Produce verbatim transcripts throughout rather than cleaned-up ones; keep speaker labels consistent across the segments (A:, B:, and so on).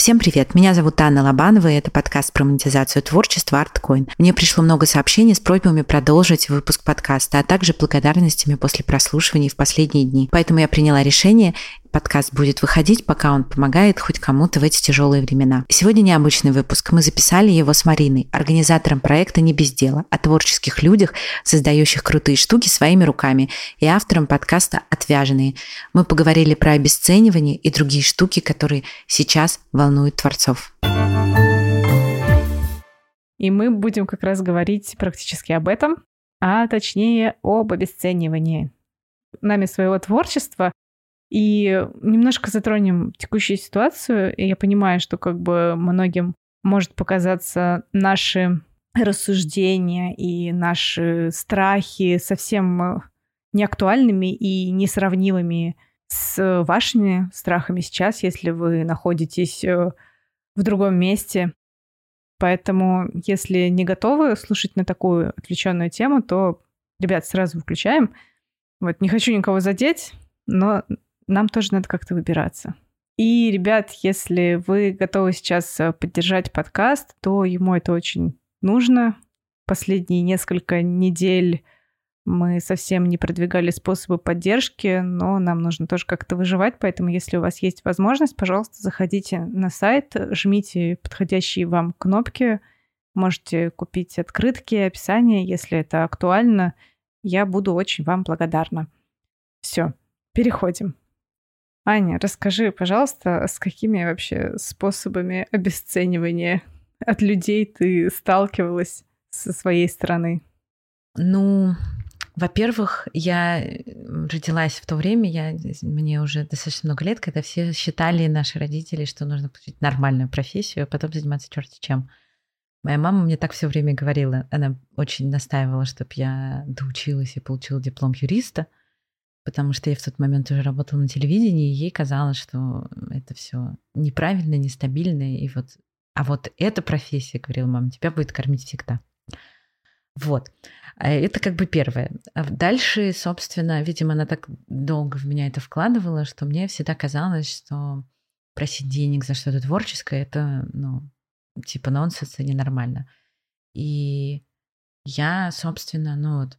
A: Всем привет, меня зовут Анна Лобанова, и это подкаст про монетизацию творчества ArtCoin. Мне пришло много сообщений с просьбами продолжить выпуск подкаста, а также благодарностями после прослушивания в последние дни. Поэтому я приняла решение, подкаст будет выходить, пока он помогает хоть кому-то в эти тяжелые времена. Сегодня необычный выпуск. Мы записали его с Мариной, организатором проекта «Не без дела», о творческих людях, создающих крутые штуки своими руками, и автором подкаста «Отвяженные». Мы поговорили про обесценивание и другие штуки, которые сейчас волнуют творцов.
B: И мы будем как раз говорить практически об этом, а точнее об обесценивании нами своего творчества. И немножко затронем текущую ситуацию. И я понимаю, что как бы многим может показаться наши рассуждения и наши страхи совсем неактуальными и несравнимыми с вашими страхами сейчас, если вы находитесь в другом месте. Поэтому, если не готовы слушать на такую отвлеченную тему, то, ребят, сразу выключаем. Вот, не хочу никого задеть, но нам тоже надо как-то выбираться. И, ребят, если вы готовы сейчас поддержать подкаст, то ему это очень нужно. Последние несколько недель мы совсем не продвигали способы поддержки, но нам нужно тоже как-то выживать, поэтому если у вас есть возможность, пожалуйста, заходите на сайт, жмите подходящие вам кнопки, можете купить открытки, описание, если это актуально. Я буду очень вам благодарна. Все, переходим. Аня, расскажи, пожалуйста, с какими вообще способами обесценивания от людей ты сталкивалась со своей стороны?
A: Ну, во-первых, я родилась в то время, я, мне уже достаточно много лет, когда все считали, наши родители, что нужно получить нормальную профессию, а потом заниматься черти чем. Моя мама мне так все время говорила, она очень настаивала, чтобы я доучилась и получила диплом юриста, потому что я в тот момент уже работала на телевидении, и ей казалось, что это все неправильно, нестабильно, и вот, а вот эта профессия, говорила мама, тебя будет кормить всегда. Вот. Это как бы первое. А дальше, собственно, видимо, она так долго в меня это вкладывала, что мне всегда казалось, что просить денег за что-то творческое, это, ну, типа нонсенс и ненормально. И я, собственно, ну вот,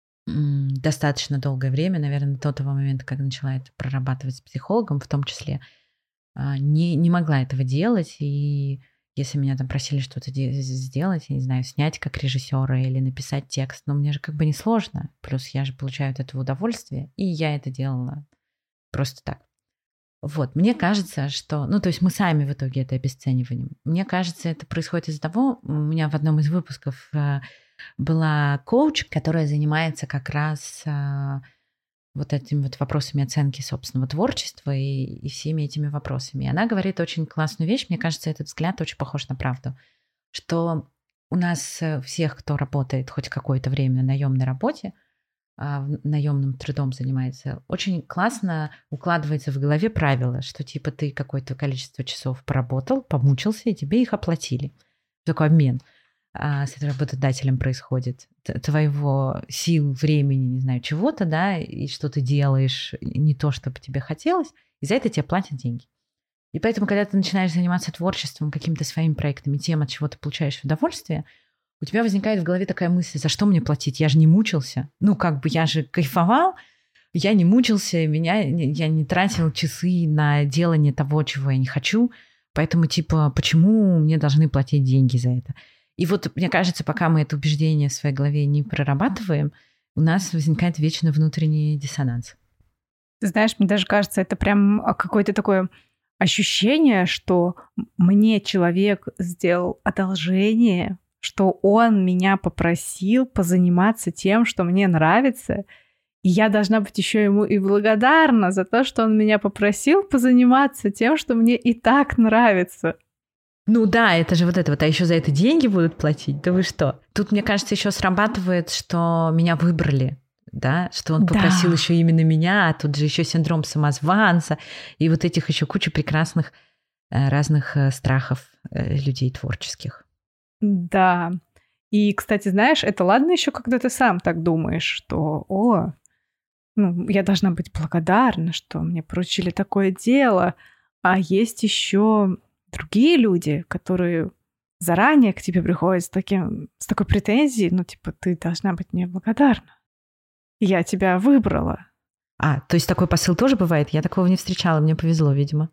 A: достаточно долгое время, наверное, до того момента, когда начала это прорабатывать с психологом, в том числе, не, не могла этого делать. И если меня там просили что-то де- сделать, я не знаю, снять как режиссера или написать текст, но мне же как бы не сложно. Плюс я же получаю от этого удовольствие, и я это делала просто так. Вот, мне кажется, что... Ну, то есть мы сами в итоге это обесцениваем. Мне кажется, это происходит из-за того... У меня в одном из выпусков была коуч, которая занимается как раз а, вот этими вот вопросами оценки собственного творчества и, и всеми этими вопросами. И она говорит очень классную вещь, мне кажется, этот взгляд очень похож на правду, что у нас всех, кто работает хоть какое-то время на наемной работе, а, наемным трудом занимается, очень классно укладывается в голове правило, что типа ты какое-то количество часов поработал, помучился, и тебе их оплатили. Такой обмен с работодателем происходит, твоего сил, времени, не знаю, чего-то, да, и что ты делаешь не то, что бы тебе хотелось, и за это тебе платят деньги. И поэтому, когда ты начинаешь заниматься творчеством, какими-то своими проектами, тем, от чего ты получаешь удовольствие, у тебя возникает в голове такая мысль, за что мне платить? Я же не мучился. Ну, как бы я же кайфовал, я не мучился, меня, я не тратил часы на делание того, чего я не хочу, поэтому, типа, почему мне должны платить деньги за это? И вот, мне кажется, пока мы это убеждение в своей голове не прорабатываем, у нас возникает вечно внутренний диссонанс.
B: Ты знаешь, мне даже кажется, это прям какое-то такое ощущение, что мне человек сделал одолжение, что он меня попросил позаниматься тем, что мне нравится, и я должна быть еще ему и благодарна за то, что он меня попросил позаниматься тем, что мне и так нравится.
A: Ну да, это же вот это вот, а еще за это деньги будут платить, да вы что? Тут, мне кажется, еще срабатывает, что меня выбрали, да, что он попросил да. еще именно меня, а тут же еще синдром самозванца, и вот этих еще куча прекрасных разных страхов людей творческих.
B: Да, и, кстати, знаешь, это ладно еще, когда ты сам так думаешь, что, о, ну, я должна быть благодарна, что мне поручили такое дело, а есть еще другие люди, которые заранее к тебе приходят с, таким, с такой претензией, ну, типа, ты должна быть мне благодарна. Я тебя выбрала.
A: А, то есть такой посыл тоже бывает? Я такого не встречала, мне повезло, видимо.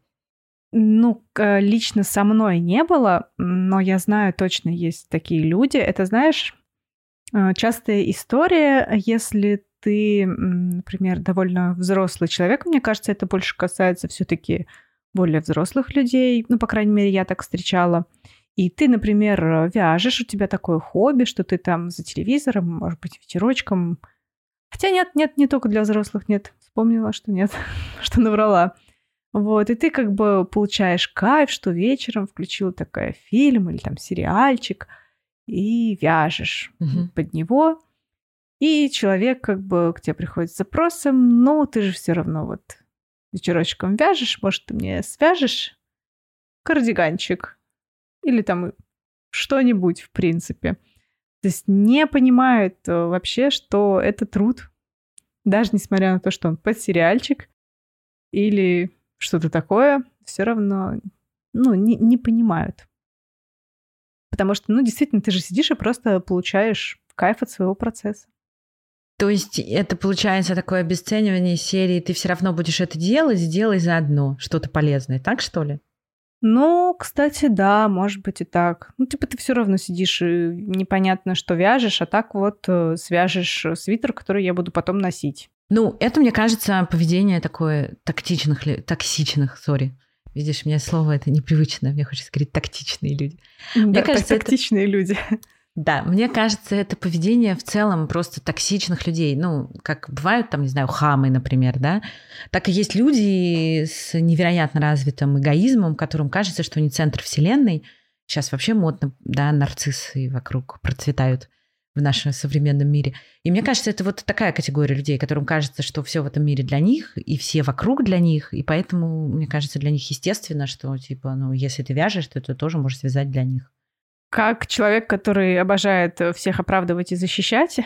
B: Ну, лично со мной не было, но я знаю, точно есть такие люди. Это, знаешь, частая история, если ты, например, довольно взрослый человек, мне кажется, это больше касается все-таки более взрослых людей, ну, по крайней мере, я так встречала. И ты, например, вяжешь, у тебя такое хобби, что ты там за телевизором, может быть, вечерочком. Хотя нет, нет, не только для взрослых, нет. Вспомнила, что нет, что наврала. Вот, и ты как бы получаешь кайф, что вечером включил такой фильм или там сериальчик и вяжешь угу. под него. И человек как бы к тебе приходит с запросом, ну, ты же все равно вот вечерочком вяжешь, может, ты мне свяжешь кардиганчик или там что-нибудь, в принципе. То есть не понимают вообще, что это труд, даже несмотря на то, что он под сериальчик или что-то такое, все равно, ну, не, не понимают. Потому что, ну, действительно, ты же сидишь и просто получаешь кайф от своего процесса.
A: То есть это получается такое обесценивание серии «ты все равно будешь это делать, сделай заодно что-то полезное», так что ли?
B: Ну, кстати, да, может быть и так. Ну, типа ты все равно сидишь и непонятно, что вяжешь, а так вот свяжешь свитер, который я буду потом носить.
A: Ну, это, мне кажется, поведение такое тактичных, токсичных, сори. Видишь, мне слово это непривычное, мне хочется говорить тактичные люди.
B: Да,
A: мне кажется,
B: тактичные
A: это...
B: люди.
A: Да, мне кажется, это поведение в целом просто токсичных людей. Ну, как бывают там, не знаю, хамы, например, да, так и есть люди с невероятно развитым эгоизмом, которым кажется, что они центр вселенной. Сейчас вообще модно, да, нарциссы вокруг процветают в нашем современном мире. И мне кажется, это вот такая категория людей, которым кажется, что все в этом мире для них, и все вокруг для них, и поэтому, мне кажется, для них естественно, что, типа, ну, если ты вяжешь, то ты тоже можешь связать для них.
B: Как человек, который обожает всех оправдывать и защищать,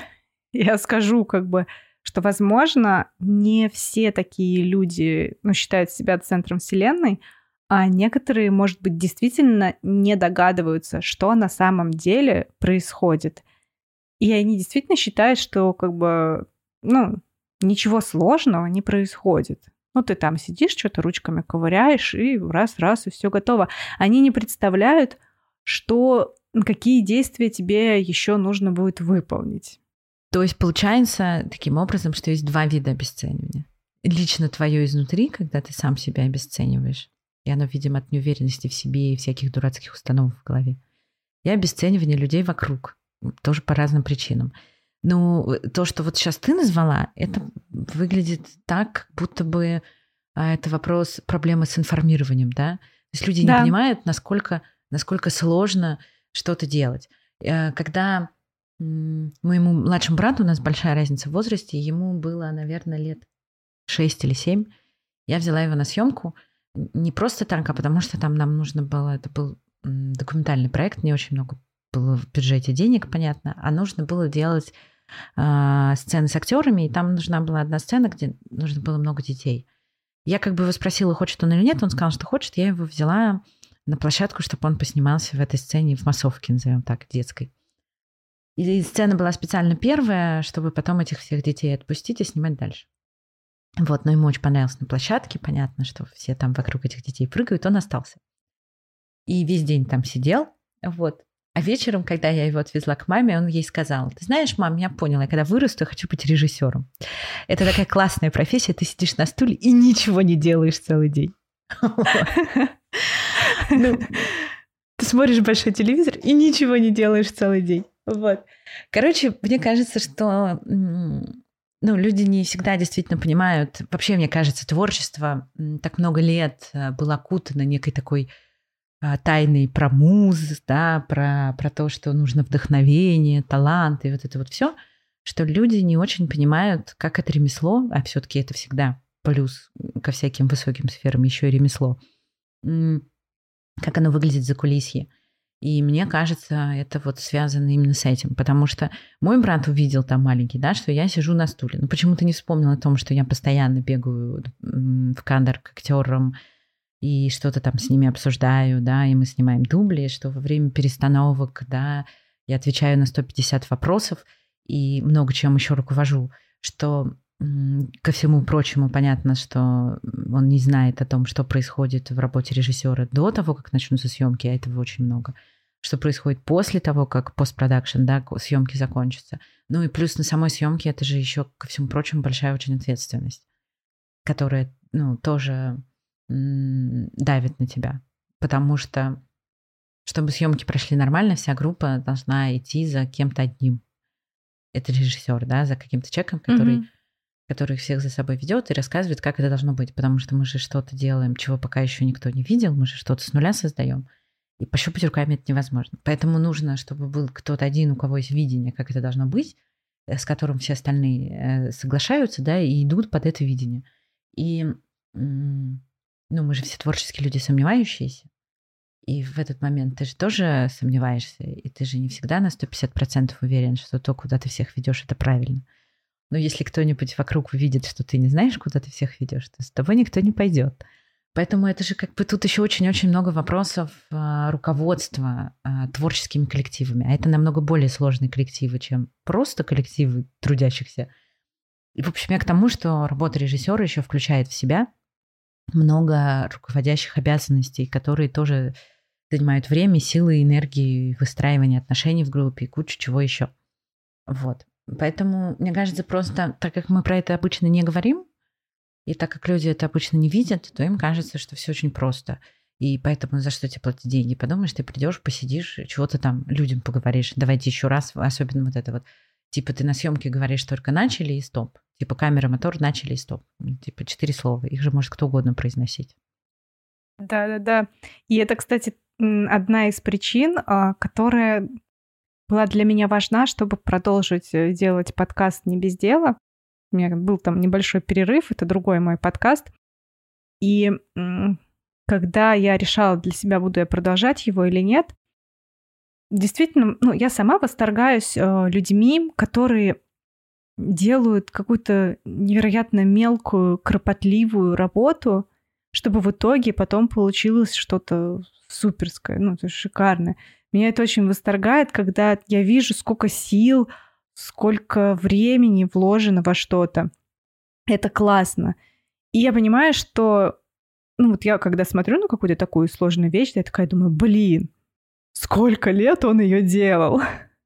B: я скажу, как бы, что, возможно, не все такие люди, ну, считают себя центром вселенной, а некоторые, может быть, действительно не догадываются, что на самом деле происходит. И они действительно считают, что как бы, ну, ничего сложного не происходит. Ну, ты там сидишь, что-то ручками ковыряешь, и раз-раз, и все готово. Они не представляют, что, какие действия тебе еще нужно будет выполнить.
A: То есть получается таким образом, что есть два вида обесценивания. Лично твое изнутри, когда ты сам себя обесцениваешь, и оно, видимо, от неуверенности в себе и всяких дурацких установок в голове. И обесценивание людей вокруг. Тоже по разным причинам. Но то, что вот сейчас ты назвала, это выглядит так, как будто бы это вопрос проблемы с информированием, да? То есть люди да. не понимают, насколько, насколько сложно что-то делать. Когда моему младшему брату, у нас большая разница в возрасте, ему было, наверное, лет шесть или семь, я взяла его на съемку не просто так, а потому что там нам нужно было, это был документальный проект, не очень много было в бюджете денег, понятно, а нужно было делать э, сцены с актерами, и там нужна была одна сцена, где нужно было много детей. Я как бы его спросила, хочет он или нет, он сказал, что хочет, я его взяла на площадку, чтобы он поснимался в этой сцене в массовке, назовем так, детской. И сцена была специально первая, чтобы потом этих всех детей отпустить и снимать дальше. Вот, но ему очень понравилось на площадке, понятно, что все там вокруг этих детей прыгают, он остался. И весь день там сидел, вот. А вечером, когда я его отвезла к маме, он ей сказал: ты знаешь, мам, я поняла, я когда вырасту, я хочу быть режиссером. Это такая классная профессия, ты сидишь на стуле и ничего не делаешь целый день. Ты смотришь большой телевизор и ничего не делаешь целый день. Вот. Короче, мне кажется, что ну, люди не всегда действительно понимают. Вообще, мне кажется, творчество так много лет было окутано некой такой тайной про муз, да, про, про то, что нужно вдохновение, талант и вот это вот все, что люди не очень понимают, как это ремесло, а все-таки это всегда плюс ко всяким высоким сферам еще и ремесло, как оно выглядит за кулисье. И мне кажется, это вот связано именно с этим, потому что мой брат увидел там маленький, да, что я сижу на стуле. Ну, почему-то не вспомнил о том, что я постоянно бегаю в кадр к актерам, и что-то там с ними обсуждаю, да, и мы снимаем дубли, что во время перестановок, да, я отвечаю на сто пятьдесят вопросов и много чем еще руковожу, что ко всему прочему понятно, что он не знает о том, что происходит в работе режиссера до того, как начнутся съемки, а этого очень много. Что происходит после того, как постпродакшн, да, съемки закончатся. Ну и плюс на самой съемке это же еще ко всему прочему большая очень ответственность, которая, ну, тоже м- давит на тебя, потому что чтобы съемки прошли нормально, вся группа должна идти за кем-то одним. Это режиссер, да, за каким-то человеком, который, mm-hmm. который всех за собой ведет и рассказывает, как это должно быть, потому что мы же что-то делаем, чего пока еще никто не видел, мы же что-то с нуля создаем. И пощупать руками это невозможно. Поэтому нужно, чтобы был кто-то один, у кого есть видение, как это должно быть, с которым все остальные соглашаются, да, и идут под это видение. И, ну, мы же все творческие люди, сомневающиеся. И в этот момент ты же тоже сомневаешься, и ты же не всегда на сто пятьдесят процентов уверен, что то, куда ты всех ведешь, это правильно. Но если кто-нибудь вокруг увидит, что ты не знаешь, куда ты всех ведешь, то с тобой никто не пойдет. Поэтому это же как бы тут еще очень-очень много вопросов а, руководства а, творческими коллективами. А это намного более сложные коллективы, чем просто коллективы трудящихся. И, в общем, я к тому, что работа режиссера еще включает в себя много руководящих обязанностей, которые тоже занимают время, силы, энергии, выстраивание отношений в группе и кучу чего еще. Вот. Поэтому, мне кажется, просто так как мы про это обычно не говорим, и так как люди это обычно не видят, то им кажется, что все очень просто. И поэтому за что тебе платить деньги? Подумаешь, ты придешь, посидишь, чего-то там людям поговоришь. Давайте еще раз, особенно вот это вот. Типа ты на съемке говоришь только начали и стоп. Типа камера, мотор, начали и стоп. Типа четыре слова. Их же может кто угодно произносить.
B: Да-да-да. И это, кстати, одна из причин, которая была для меня важна, чтобы продолжить делать подкаст «Не без дела». У меня был там небольшой перерыв, это другой мой подкаст. И когда я решала для себя, буду я продолжать его или нет, действительно, ну, я сама восторгаюсь э, людьми, которые делают какую-то невероятно мелкую, кропотливую работу, чтобы в итоге потом получилось что-то суперское, ну, то есть шикарное. Меня это очень восторгает, когда я вижу, сколько сил, сколько времени вложено во что-то. Это классно. И я понимаю, что... Ну, вот я, когда смотрю на какую-то такую сложную вещь, я такая думаю, блин, сколько лет он ее делал.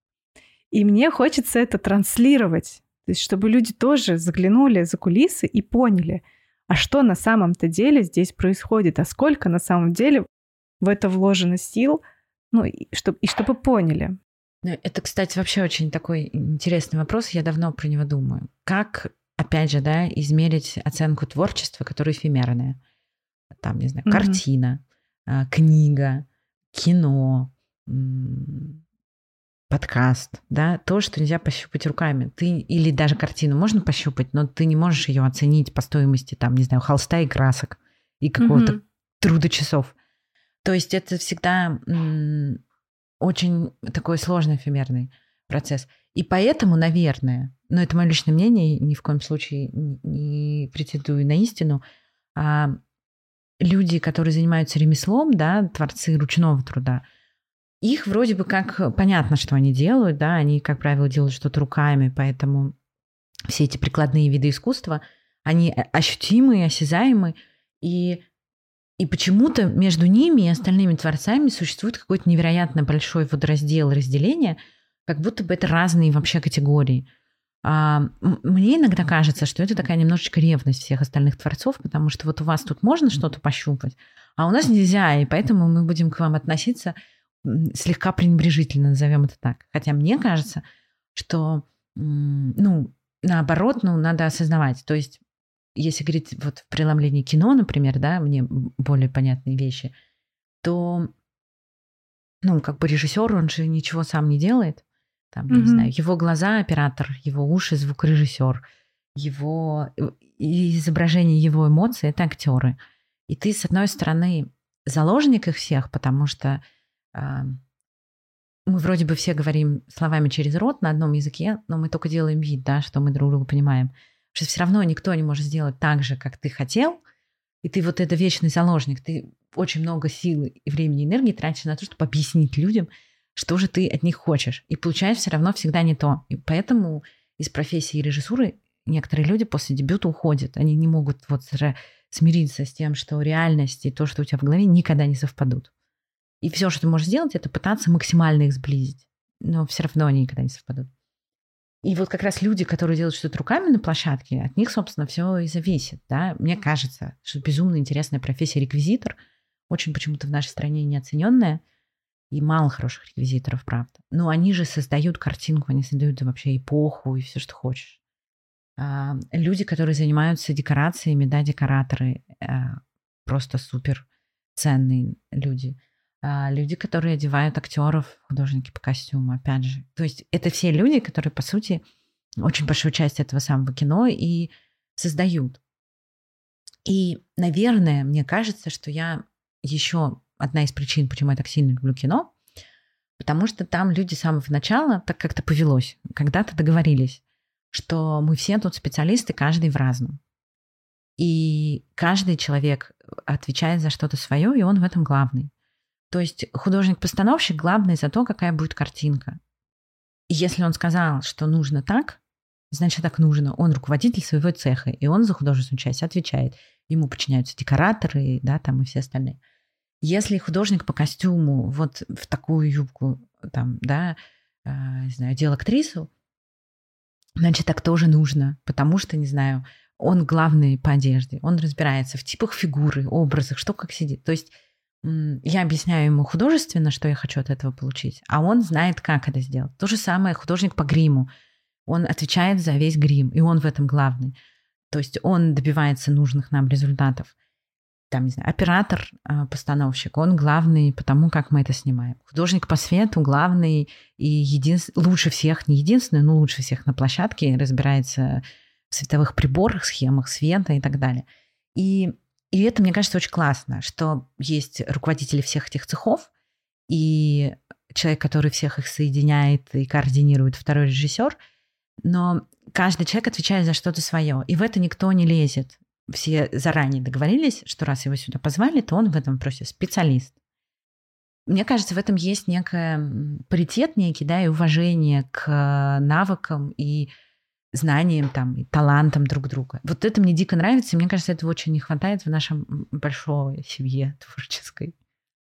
B: И мне хочется это транслировать. То есть, чтобы люди тоже заглянули за кулисы и поняли, а что на самом-то деле здесь происходит, а сколько на самом деле в это вложено сил, ну, и чтобы, и чтобы поняли.
A: Это, кстати, вообще очень такой интересный вопрос. Я давно про него думаю. Как, опять же, да, измерить оценку творчества, которое эфемерное? Там, не знаю, mm-hmm. картина, книга, кино, подкаст, да, то, что нельзя пощупать руками. Ты или даже картину можно пощупать, но ты не можешь ее оценить по стоимости, там, не знаю, холста и красок и какого-то mm-hmm. труда часов. То есть это всегда... очень такой сложный эфемерный процесс. И поэтому, наверное, но это мое личное мнение, ни в коем случае не претендую на истину, а люди, которые занимаются ремеслом, да, творцы ручного труда, их вроде бы как понятно, что они делают, да, они, как правило, делают что-то руками, поэтому все эти прикладные виды искусства, они ощутимы, осязаемы, и И почему-то между ними и остальными творцами существует какой-то невероятно большой водораздел, разделение, как будто бы это разные вообще категории. А, мне иногда кажется, что это такая немножечко ревность всех остальных творцов, потому что вот у вас тут можно что-то пощупать, а у нас нельзя, и поэтому мы будем к вам относиться слегка пренебрежительно, назовем это так. Хотя мне кажется, что, ну, наоборот, ну, надо осознавать, то есть если говорить вот в преломлении кино, например, да, мне более понятные вещи, то, ну, как бы режиссер, он же ничего сам не делает. Там, mm-hmm. не знаю, его глаза оператор, его уши звукорежиссер, его изображение, его эмоции — это актеры. И ты, с одной стороны, заложник их всех, потому что э, мы вроде бы все говорим словами через рот на одном языке, но мы только делаем вид, да, что мы друг друга понимаем. Что все равно никто не может сделать так же, как ты хотел, И ты вот это вечный заложник. Ты очень много сил и времени, и энергии тратишь на то, чтобы объяснить людям, что же ты от них хочешь. И получаешь все равно всегда не то. И поэтому из профессии режиссуры некоторые люди после дебюта уходят. Они не могут вот смириться с тем, что реальность и то, что у тебя в голове, никогда не совпадут. И все, что ты можешь сделать, это пытаться максимально их сблизить. Но все равно они никогда не совпадут. И вот как раз люди, которые делают что-то руками на площадке, от них, собственно, все и зависит. Да? Мне кажется, что безумно интересная профессия реквизитор, очень почему-то в нашей стране неоцененная, и мало хороших реквизиторов, правда. Но они же создают картинку, они создают вообще эпоху и все, что хочешь. А, люди, которые занимаются декорациями, да, декораторы, а, просто супер ценные люди. А, люди, которые одевают актеров, художники по костюму, опять же. То есть это все люди, которые, по сути, очень большую часть этого самого кино и создают. И, наверное, мне кажется, что я еще одна из причин, почему я так сильно люблю кино, потому что там люди с самого начала так как-то повелось, когда-то договорились, что мы все тут специалисты, каждый в разном. И каждый человек отвечает за что-то свое, и он в этом главный. То есть художник-постановщик главный за то, какая будет картинка. И если он сказал, что нужно так, значит, так нужно. Он руководитель своего цеха, и он за художественную часть отвечает. Ему подчиняются декораторы, да, там и все остальные. Если художник по костюму вот в такую юбку, там, да, э, не знаю, делал актрису, значит, так тоже нужно, потому что, не знаю, он главный по одежде, он разбирается в типах фигуры, образах, что как сидит. То есть м- я объясняю ему художественно, что я хочу от этого получить, а он знает, как это сделать. То же самое художник по гриму. Он отвечает за весь грим, и он в этом главный. То есть он добивается нужных нам результатов. Там, не знаю, оператор, постановщик, он главный по тому, как мы это снимаем. Художник по свету главный и единственный, лучше всех, не единственный, но лучше всех на площадке разбирается в световых приборах, схемах света и так далее. И, и это, мне кажется, очень классно, что есть руководители всех этих цехов, и человек, который всех их соединяет и координирует, второй режиссер, но каждый человек отвечает за что-то свое, и в это никто не лезет. Все заранее договорились, что раз его сюда позвали, то он в этом вопросе специалист. Мне кажется, в этом есть некий паритет некий, да, и уважение к навыкам и знаниям, там, и талантам друг друга. Вот это мне дико нравится, и мне кажется, этого очень не хватает в нашем большой семье творческой.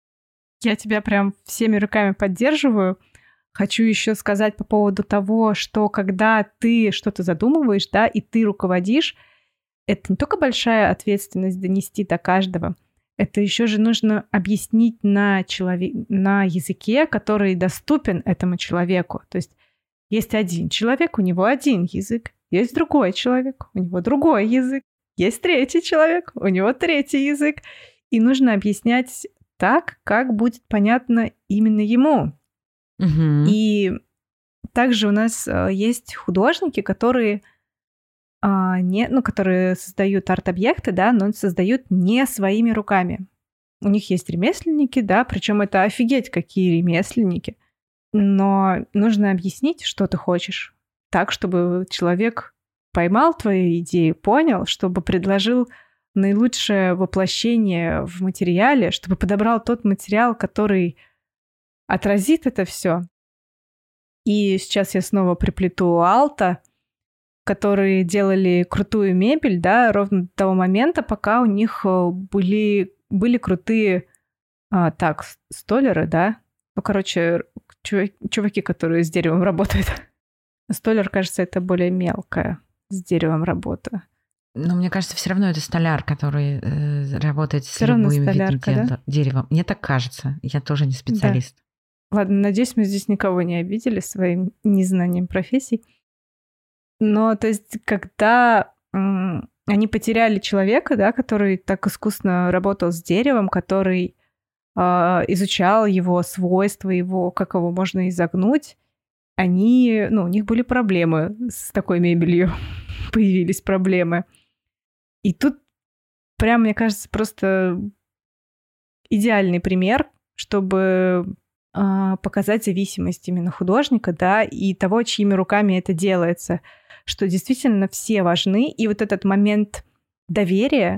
B: Я тебя прям всеми руками поддерживаю. Хочу еще сказать по поводу того, что когда ты что-то задумываешь, да, и ты руководишь, это не только большая ответственность донести до каждого, это еще же нужно объяснить на, человек, на языке, который доступен этому человеку. То есть есть один человек, у него один язык, есть другой человек, у него другой язык, есть третий человек, у него третий язык. И нужно объяснять так, как будет понятно именно ему.
A: Угу.
B: И также у нас есть художники, которые... А, не, ну, которые создают арт-объекты, да, но создают не своими руками. У них есть ремесленники, да, причем это офигеть какие ремесленники. Но нужно объяснить, что ты хочешь, так, чтобы человек поймал твою идею, понял, чтобы предложил наилучшее воплощение в материале, чтобы подобрал тот материал, который отразит это все. И сейчас я снова приплету Aalto, которые делали крутую мебель, да, ровно до того момента, пока у них были, были крутые, а, так, столяры, да, ну, короче, чуваки, которые с деревом работают. Столяр, кажется, это более мелкая с деревом работа.
A: Но мне кажется, все равно это столяр, который э, работает
B: всё
A: с любым видом
B: да?
A: деревом. Мне так кажется. Я тоже не специалист.
B: Да. Ладно, надеюсь, мы здесь никого не обидели своим незнанием профессий. Но, то есть, когда м, они потеряли человека, да, который так искусно работал с деревом, который э, изучал его свойства, его, как его можно изогнуть, они, ну, у них были проблемы с такой мебелью, появились проблемы. И тут прям, мне кажется, просто идеальный пример, чтобы э, показать зависимость именно художника, да, и того, чьими руками это делается, что действительно все важны, и вот этот момент доверия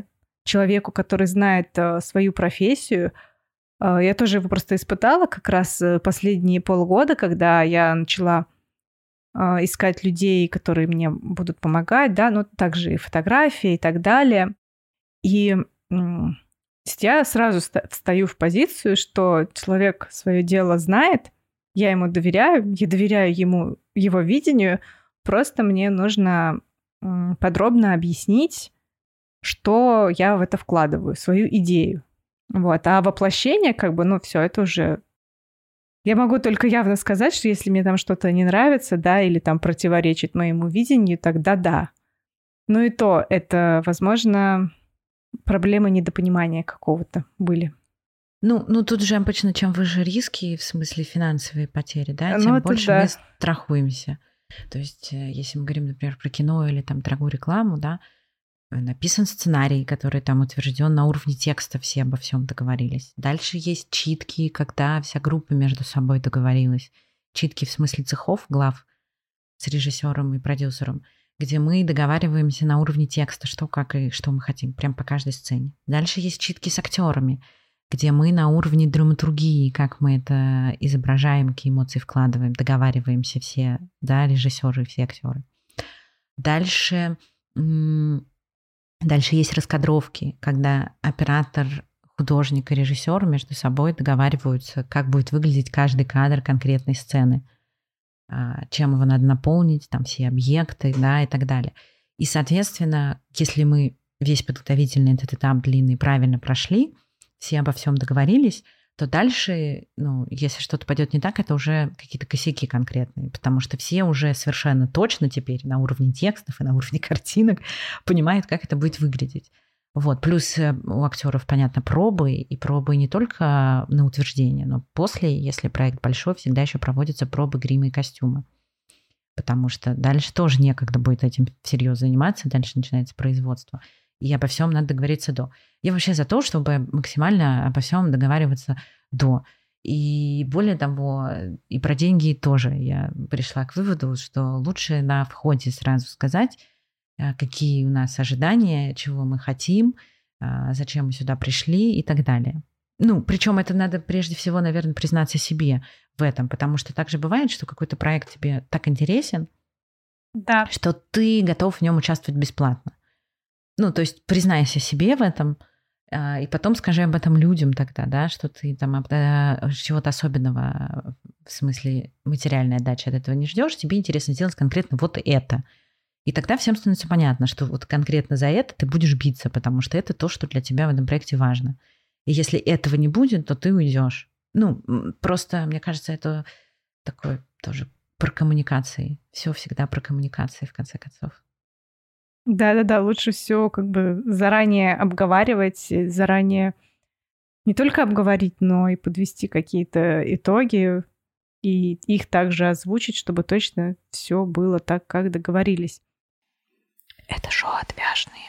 B: человеку, который знает э, свою профессию. Э, я тоже его просто испытала как раз последние полгода, когда я начала э, искать людей, которые мне будут помогать, да, но также и фотографии и так далее. И э, я сразу встаю в позицию, что человек свое дело знает, я ему доверяю, я доверяю ему, его видению, просто мне нужно э, подробно объяснить, что я в это вкладываю, свою идею. Вот. А воплощение, как бы, ну, все это уже... Я могу только явно сказать, что если мне там что-то не нравится, да, или там противоречит моему видению, тогда да. Ну и то, это, возможно, проблемы недопонимания какого-то были.
A: Ну, ну тут же обычно, чем выше риски, в смысле финансовые потери, да,
B: ну,
A: тем больше
B: да.
A: мы страхуемся. То есть, если мы говорим, например, про кино или там дорогую рекламу, да, написан сценарий, который там утвержден на уровне текста, все обо всем договорились. Дальше есть читки, когда вся группа между собой договорилась. Читки в смысле цехов, глав с режиссером и продюсером, где мы договариваемся на уровне текста, что, как и что мы хотим, прям по каждой сцене. Дальше есть читки с актерами, где мы на уровне драматургии, как мы это изображаем, какие эмоции вкладываем, договариваемся все, да, режиссеры и все актеры. Дальше... Дальше есть раскадровки, когда оператор, художник и режиссер между собой договариваются, как будет выглядеть каждый кадр конкретной сцены, чем его надо наполнить, там все объекты, да, и так далее. И, соответственно, если мы весь подготовительный этот этап длинный правильно прошли, все обо всем договорились, то дальше, ну, если что-то пойдет не так, это уже какие-то косяки конкретные, потому что все уже совершенно точно теперь на уровне текстов и на уровне картинок понимают, как это будет выглядеть. Вот. Плюс у актеров, понятно, пробы, и пробы не только на утверждение, но после, если проект большой, всегда еще проводятся пробы грима и костюма. Потому что дальше тоже некогда будет этим всерьез заниматься, дальше начинается производство. И обо всем надо договориться до. Я вообще за то, чтобы максимально обо всем договариваться до. И более того, и про деньги тоже я пришла к выводу, что лучше на входе сразу сказать, какие у нас ожидания, чего мы хотим, зачем мы сюда пришли и так далее. Ну, причем это надо прежде всего, наверное, признаться себе в этом, потому что так же бывает, что какой-то проект тебе так интересен,
B: да,
A: что ты готов в нем участвовать бесплатно. Ну, то есть признайся себе в этом, и потом скажи об этом людям тогда, да, что ты там чего-то особенного, в смысле материальной отдачи от этого не ждешь, тебе интересно сделать конкретно вот это. И тогда всем становится понятно, что вот конкретно за это ты будешь биться, потому что это то, что для тебя в этом проекте важно. И если этого не будет, то ты уйдешь. Ну, просто, мне кажется, это такое тоже про коммуникации. Все всегда про коммуникации, в конце концов.
B: Да-да-да, лучше все как бы заранее обговаривать, заранее не только обговорить, но и подвести какие-то итоги и их также озвучить, чтобы точно все было так, как договорились.
A: Это шоу «Отвяжные».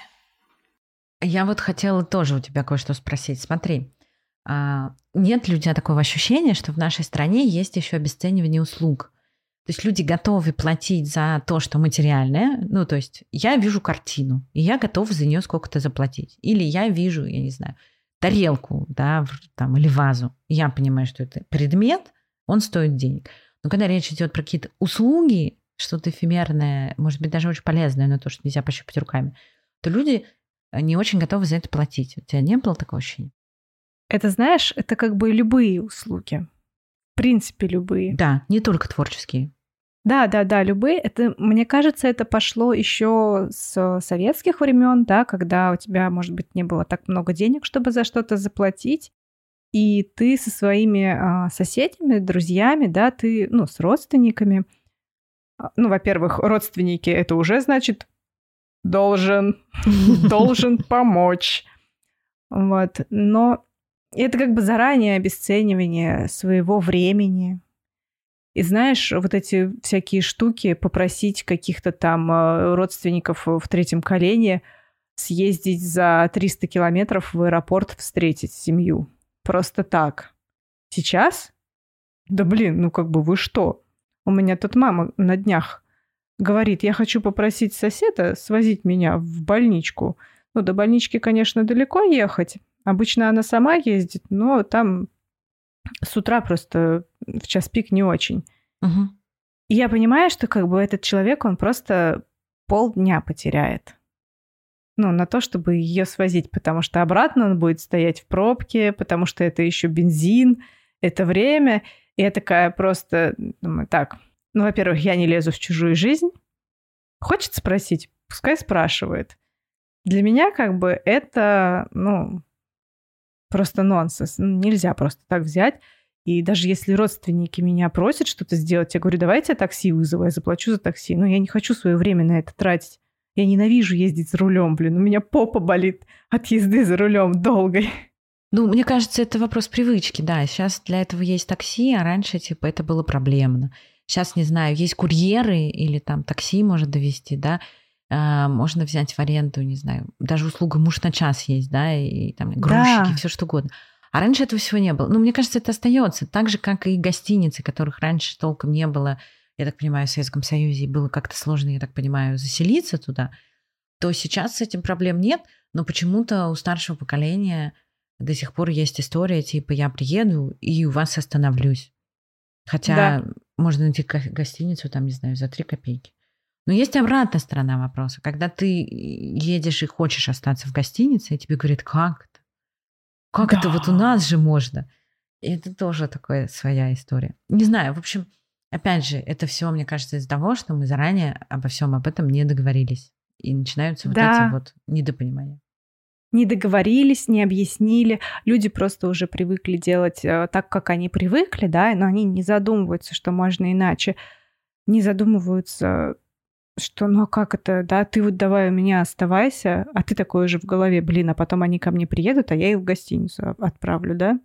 A: Я вот хотела тоже у тебя кое-что спросить. Смотри, нет ли у тебя такого ощущения, что в нашей стране есть еще обесценивание услуг? То есть люди готовы платить за то, что материальное. Ну, то есть я вижу картину, и я готов за нее сколько-то заплатить. Или я вижу, я не знаю, тарелку, да, там, или вазу. Я понимаю, что это предмет, он стоит денег. Но когда речь идет про какие-то услуги, что-то эфемерное, может быть, даже очень полезное, но то, что нельзя пощупать руками, то люди не очень готовы за это платить. У тебя не было такого ощущения?
B: Это, знаешь, это как бы любые услуги. В принципе, любые.
A: Да, не только творческие.
B: Да, да, да, любые. Это, мне кажется, это пошло еще с советских времен, да, когда у тебя, может быть, не было так много денег, чтобы за что-то заплатить, и ты со своими а, соседями, друзьями, да, ты, ну, с родственниками. Ну, во-первых, родственники, это уже значит должен, должен помочь. Вот, но это как бы заранее обесценивание своего времени. И знаешь, вот эти всякие штуки, попросить каких-то там родственников в третьем колене съездить за триста километров в аэропорт встретить семью. Просто так. Сейчас? Да блин, ну как бы вы что? У меня тут мама на днях говорит, я хочу попросить соседа свозить меня в больничку Ну, до больнички, конечно, далеко ехать. Обычно она сама ездит, но там с утра просто в час пик не очень.
A: Угу.
B: И я понимаю, что как бы этот человек, он просто полдня потеряет. Ну, на то, чтобы ее свозить, потому что обратно он будет стоять в пробке, потому что это еще бензин, это время. И я такая просто думаю, так, ну, во-первых, я не лезу в чужую жизнь. Хочет спросить, пускай спрашивает. Для меня как бы это, ну, просто нонсенс. Нельзя просто так взять. И даже если родственники меня просят что-то сделать, я говорю, давайте я такси вызову, я заплачу за такси. Но я не хочу свое время на это тратить. Я ненавижу ездить за рулем, блин. У меня попа болит от езды за рулем долгой.
A: Ну, мне кажется, это вопрос привычки, да. Сейчас для этого есть такси, а раньше, типа, это было проблемно. Сейчас, не знаю, есть курьеры или там такси может довезти, да. А, можно взять в аренду, не знаю, даже услуга «Муж на час» есть, да, и там грузчики,
B: Да.
A: все что угодно. А раньше этого всего не было. Ну, мне кажется, это остается. Так же, как и гостиницы, которых раньше толком не было, я так понимаю, в Советском Союзе, и было как-то сложно, я так понимаю, заселиться туда, то сейчас с этим проблем нет, но почему-то у старшего поколения до сих пор есть история, типа, я приеду и у вас остановлюсь. Хотя
B: Да.
A: можно найти гостиницу, там, не знаю, за три копейки. Но есть обратная сторона вопроса. Когда ты едешь и хочешь остаться в гостинице, и тебе говорят, как это? Как
B: Да.
A: это вот у нас же можно? И это тоже такая своя история. Не знаю, в общем, опять же, это все, мне кажется, из-за того, что мы заранее обо всем об этом не договорились. И начинаются вот
B: Да.
A: эти вот недопонимания.
B: Не договорились, не объяснили. Люди просто уже привыкли делать э, так, как они привыкли, да, но они не задумываются, что можно иначе. Не задумываются, что ну а как это, да, ты вот давай у меня оставайся, а ты такой уже в голове, блин, а потом они ко мне приедут, а я их в гостиницу отправлю, да?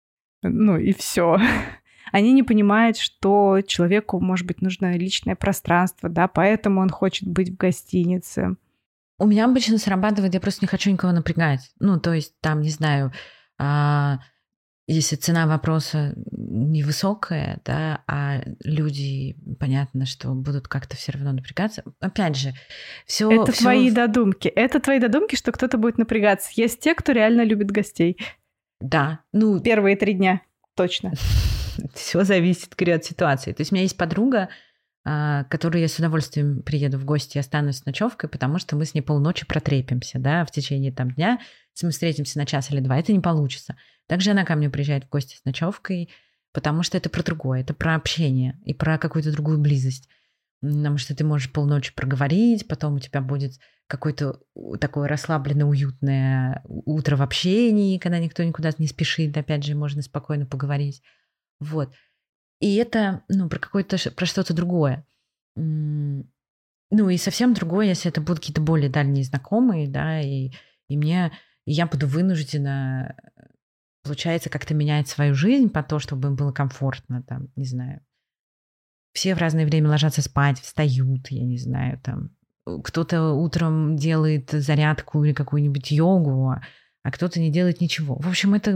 B: Ну и все. Они не понимают, что человеку, может быть, нужно личное пространство, да, поэтому он хочет быть в гостинице.
A: У меня обычно срабатывает, я просто не хочу никого напрягать. Ну, то есть там, не знаю, а, если цена вопроса невысокая, да, а люди, понятно, что будут как-то все равно напрягаться. Опять же, все.
B: Это
A: всё...
B: твои додумки. Это твои додумки, что кто-то будет напрягаться. Есть те, кто реально любит гостей.
A: Да, ну...
B: Первые три дня, точно.
A: Все зависит, говорю, от ситуации. То есть у меня есть подруга, которой я с удовольствием приеду в гости и останусь с ночевкой, потому что мы с ней полночи протрепимся, да, в течение там дня. Если мы встретимся на час или два, это не получится. Также она ко мне приезжает в гости с ночевкой, потому что это про другое, это про общение и про какую-то другую близость. Потому что ты можешь полночи проговорить, потом у тебя будет какое-то такое расслабленное, уютное утро в общении, когда никто никуда не спешит, опять же, можно спокойно поговорить. Вот. И это, ну, про какое-то, про что-то другое. Ну, и совсем другое, если это будут какие-то более дальние знакомые, да, и, и мне, и я буду вынуждена, получается, как-то менять свою жизнь по то, чтобы им было комфортно, там, не знаю. Все в разное время ложатся спать, встают, я не знаю, там. Кто-то утром делает зарядку или какую-нибудь йогу, а кто-то не делает ничего. В общем, это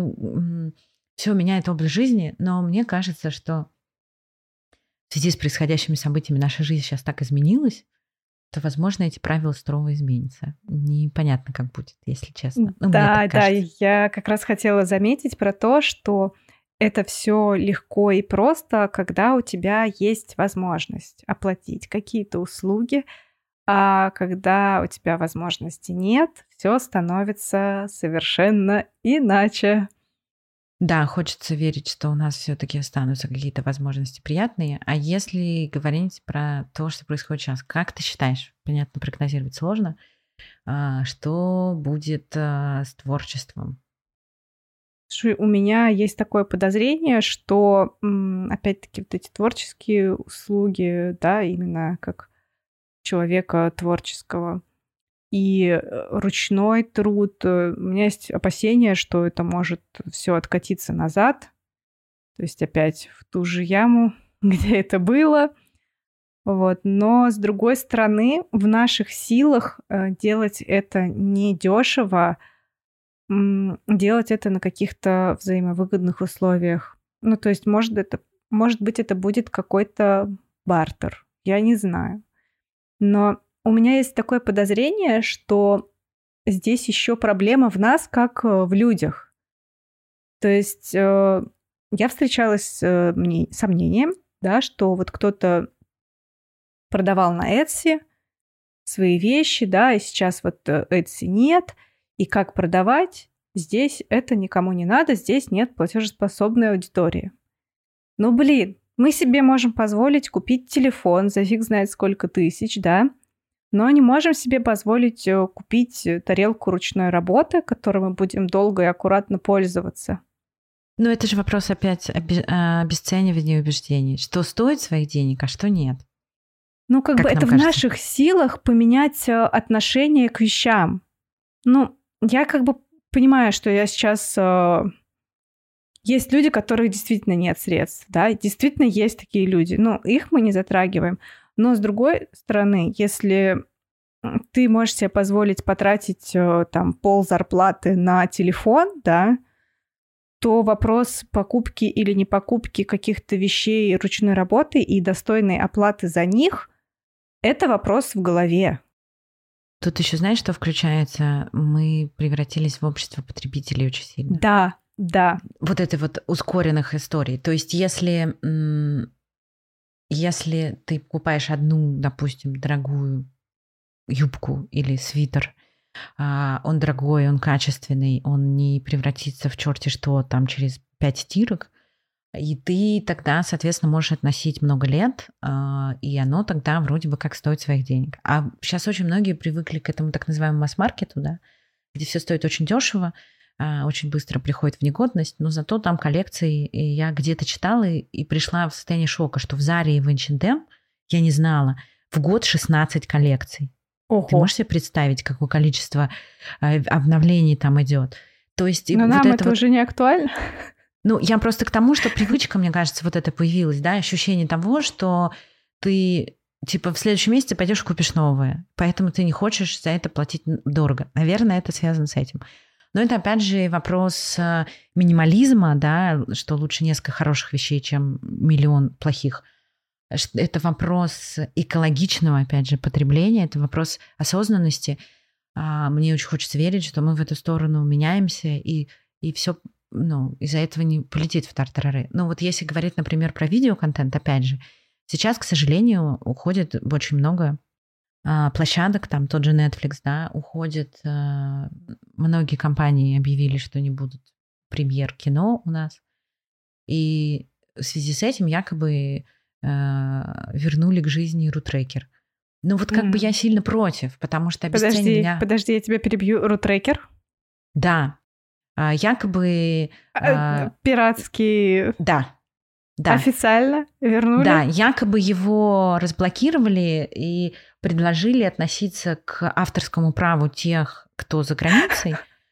A: все меняет область жизни, но мне кажется, что в связи с происходящими событиями наша жизнь сейчас так изменилась, то, возможно, эти правила сурово изменятся. Непонятно, как будет, если честно. Ну,
B: да, да, я как раз хотела заметить про то, что это все легко и просто, когда у тебя есть возможность оплатить какие-то услуги, а когда у тебя возможности нет, все становится совершенно иначе.
A: Да, хочется верить, что у нас все-таки останутся какие-то возможности приятные. А если говорить про то, что происходит сейчас, как ты считаешь, понятно, прогнозировать сложно, что будет с творчеством?
B: Слушай, у меня есть такое подозрение, что, опять-таки, вот эти творческие услуги, да, именно как человека творческого, и ручной труд. У меня есть опасение, что это может все откатиться назад, то есть опять в ту же яму, где это было. Вот. Но, с другой стороны, в наших силах делать это недешево, делать это на каких-то взаимовыгодных условиях. Ну, то есть, может, это, может быть, это будет какой-то бартер, я не знаю. Но у меня есть такое подозрение, что здесь еще проблема в нас, как в людях. То есть я встречалась с мнением, да, что вот кто-то продавал на Etsy свои вещи, да, и сейчас вот Etsy нет, и как продавать, здесь это никому не надо, здесь нет платежеспособной аудитории. Ну, блин, мы себе можем позволить купить телефон за фиг знает сколько тысяч, да, но не можем себе позволить купить тарелку ручной работы, которой мы будем долго и аккуратно пользоваться.
A: Ну, это же вопрос опять обесценивания убеждений. Что стоит своих денег, а что нет.
B: Ну, как, как бы это кажется? В наших силах поменять отношение к вещам. Ну, я как бы понимаю, что я сейчас... Есть люди, у которых действительно нет средств, да, действительно есть такие люди. Ну, их мы не затрагиваем. Но, с другой стороны, если ты можешь себе позволить потратить там пол зарплаты на телефон, да, то вопрос покупки или не покупки каких-то вещей ручной работы и достойной оплаты за них – это вопрос в голове.
A: Тут еще знаешь, что включается? Мы превратились в общество потребителей очень сильно.
B: Да, да.
A: Вот этой вот ускоренных историй. То есть если, если ты покупаешь одну, допустим, дорогую юбку или свитер, он дорогой, он качественный, он не превратится в черти что там через пять стирок, и ты тогда, соответственно, можешь относить много лет, и оно тогда вроде бы как стоит своих денег. А сейчас очень многие привыкли к этому так называемому масс-маркету, да, где все стоит очень дешево, очень быстро приходит в негодность, но зато там коллекции, и я где-то читала и пришла в состояние шока, что в Заре и в эйч энд эм, я не знала, в год шестнадцать коллекций. Ого. Ты можешь себе представить, какое количество обновлений там идет? То есть,
B: но
A: вот
B: нам
A: это,
B: это
A: вот...
B: уже не актуально.
A: Ну, я просто к тому, что привычка, мне кажется, вот это появилась, да, ощущение того, что ты, типа, в следующем месяце пойдешь купишь новое, поэтому ты не хочешь за это платить дорого. Наверное, это связано с этим. Но это, опять же, вопрос минимализма, да, что лучше несколько хороших вещей, чем миллион плохих. Это вопрос экологичного, опять же, потребления, это вопрос осознанности. Мне очень хочется верить, что мы в эту сторону меняемся, и, и все, ну, из-за этого не полетит в тартарары. Но вот если говорить, например, про видеоконтент, опять же, сейчас, к сожалению, уходит очень много площадок, там тот же Netflix, да, уходит. Многие компании объявили, что не будут премьер кино у нас. И в связи с этим якобы вернули к жизни рутрекер. Ну вот как mm. бы я сильно против, потому что обесценивание...
B: Подожди,
A: меня...
B: подожди, я тебя перебью. Рутрекер?
A: Да. Якобы...
B: А, пиратский...
A: Да. Да.
B: Официально вернули?
A: Да, якобы его разблокировали и предложили относиться к авторскому праву тех, кто за границей,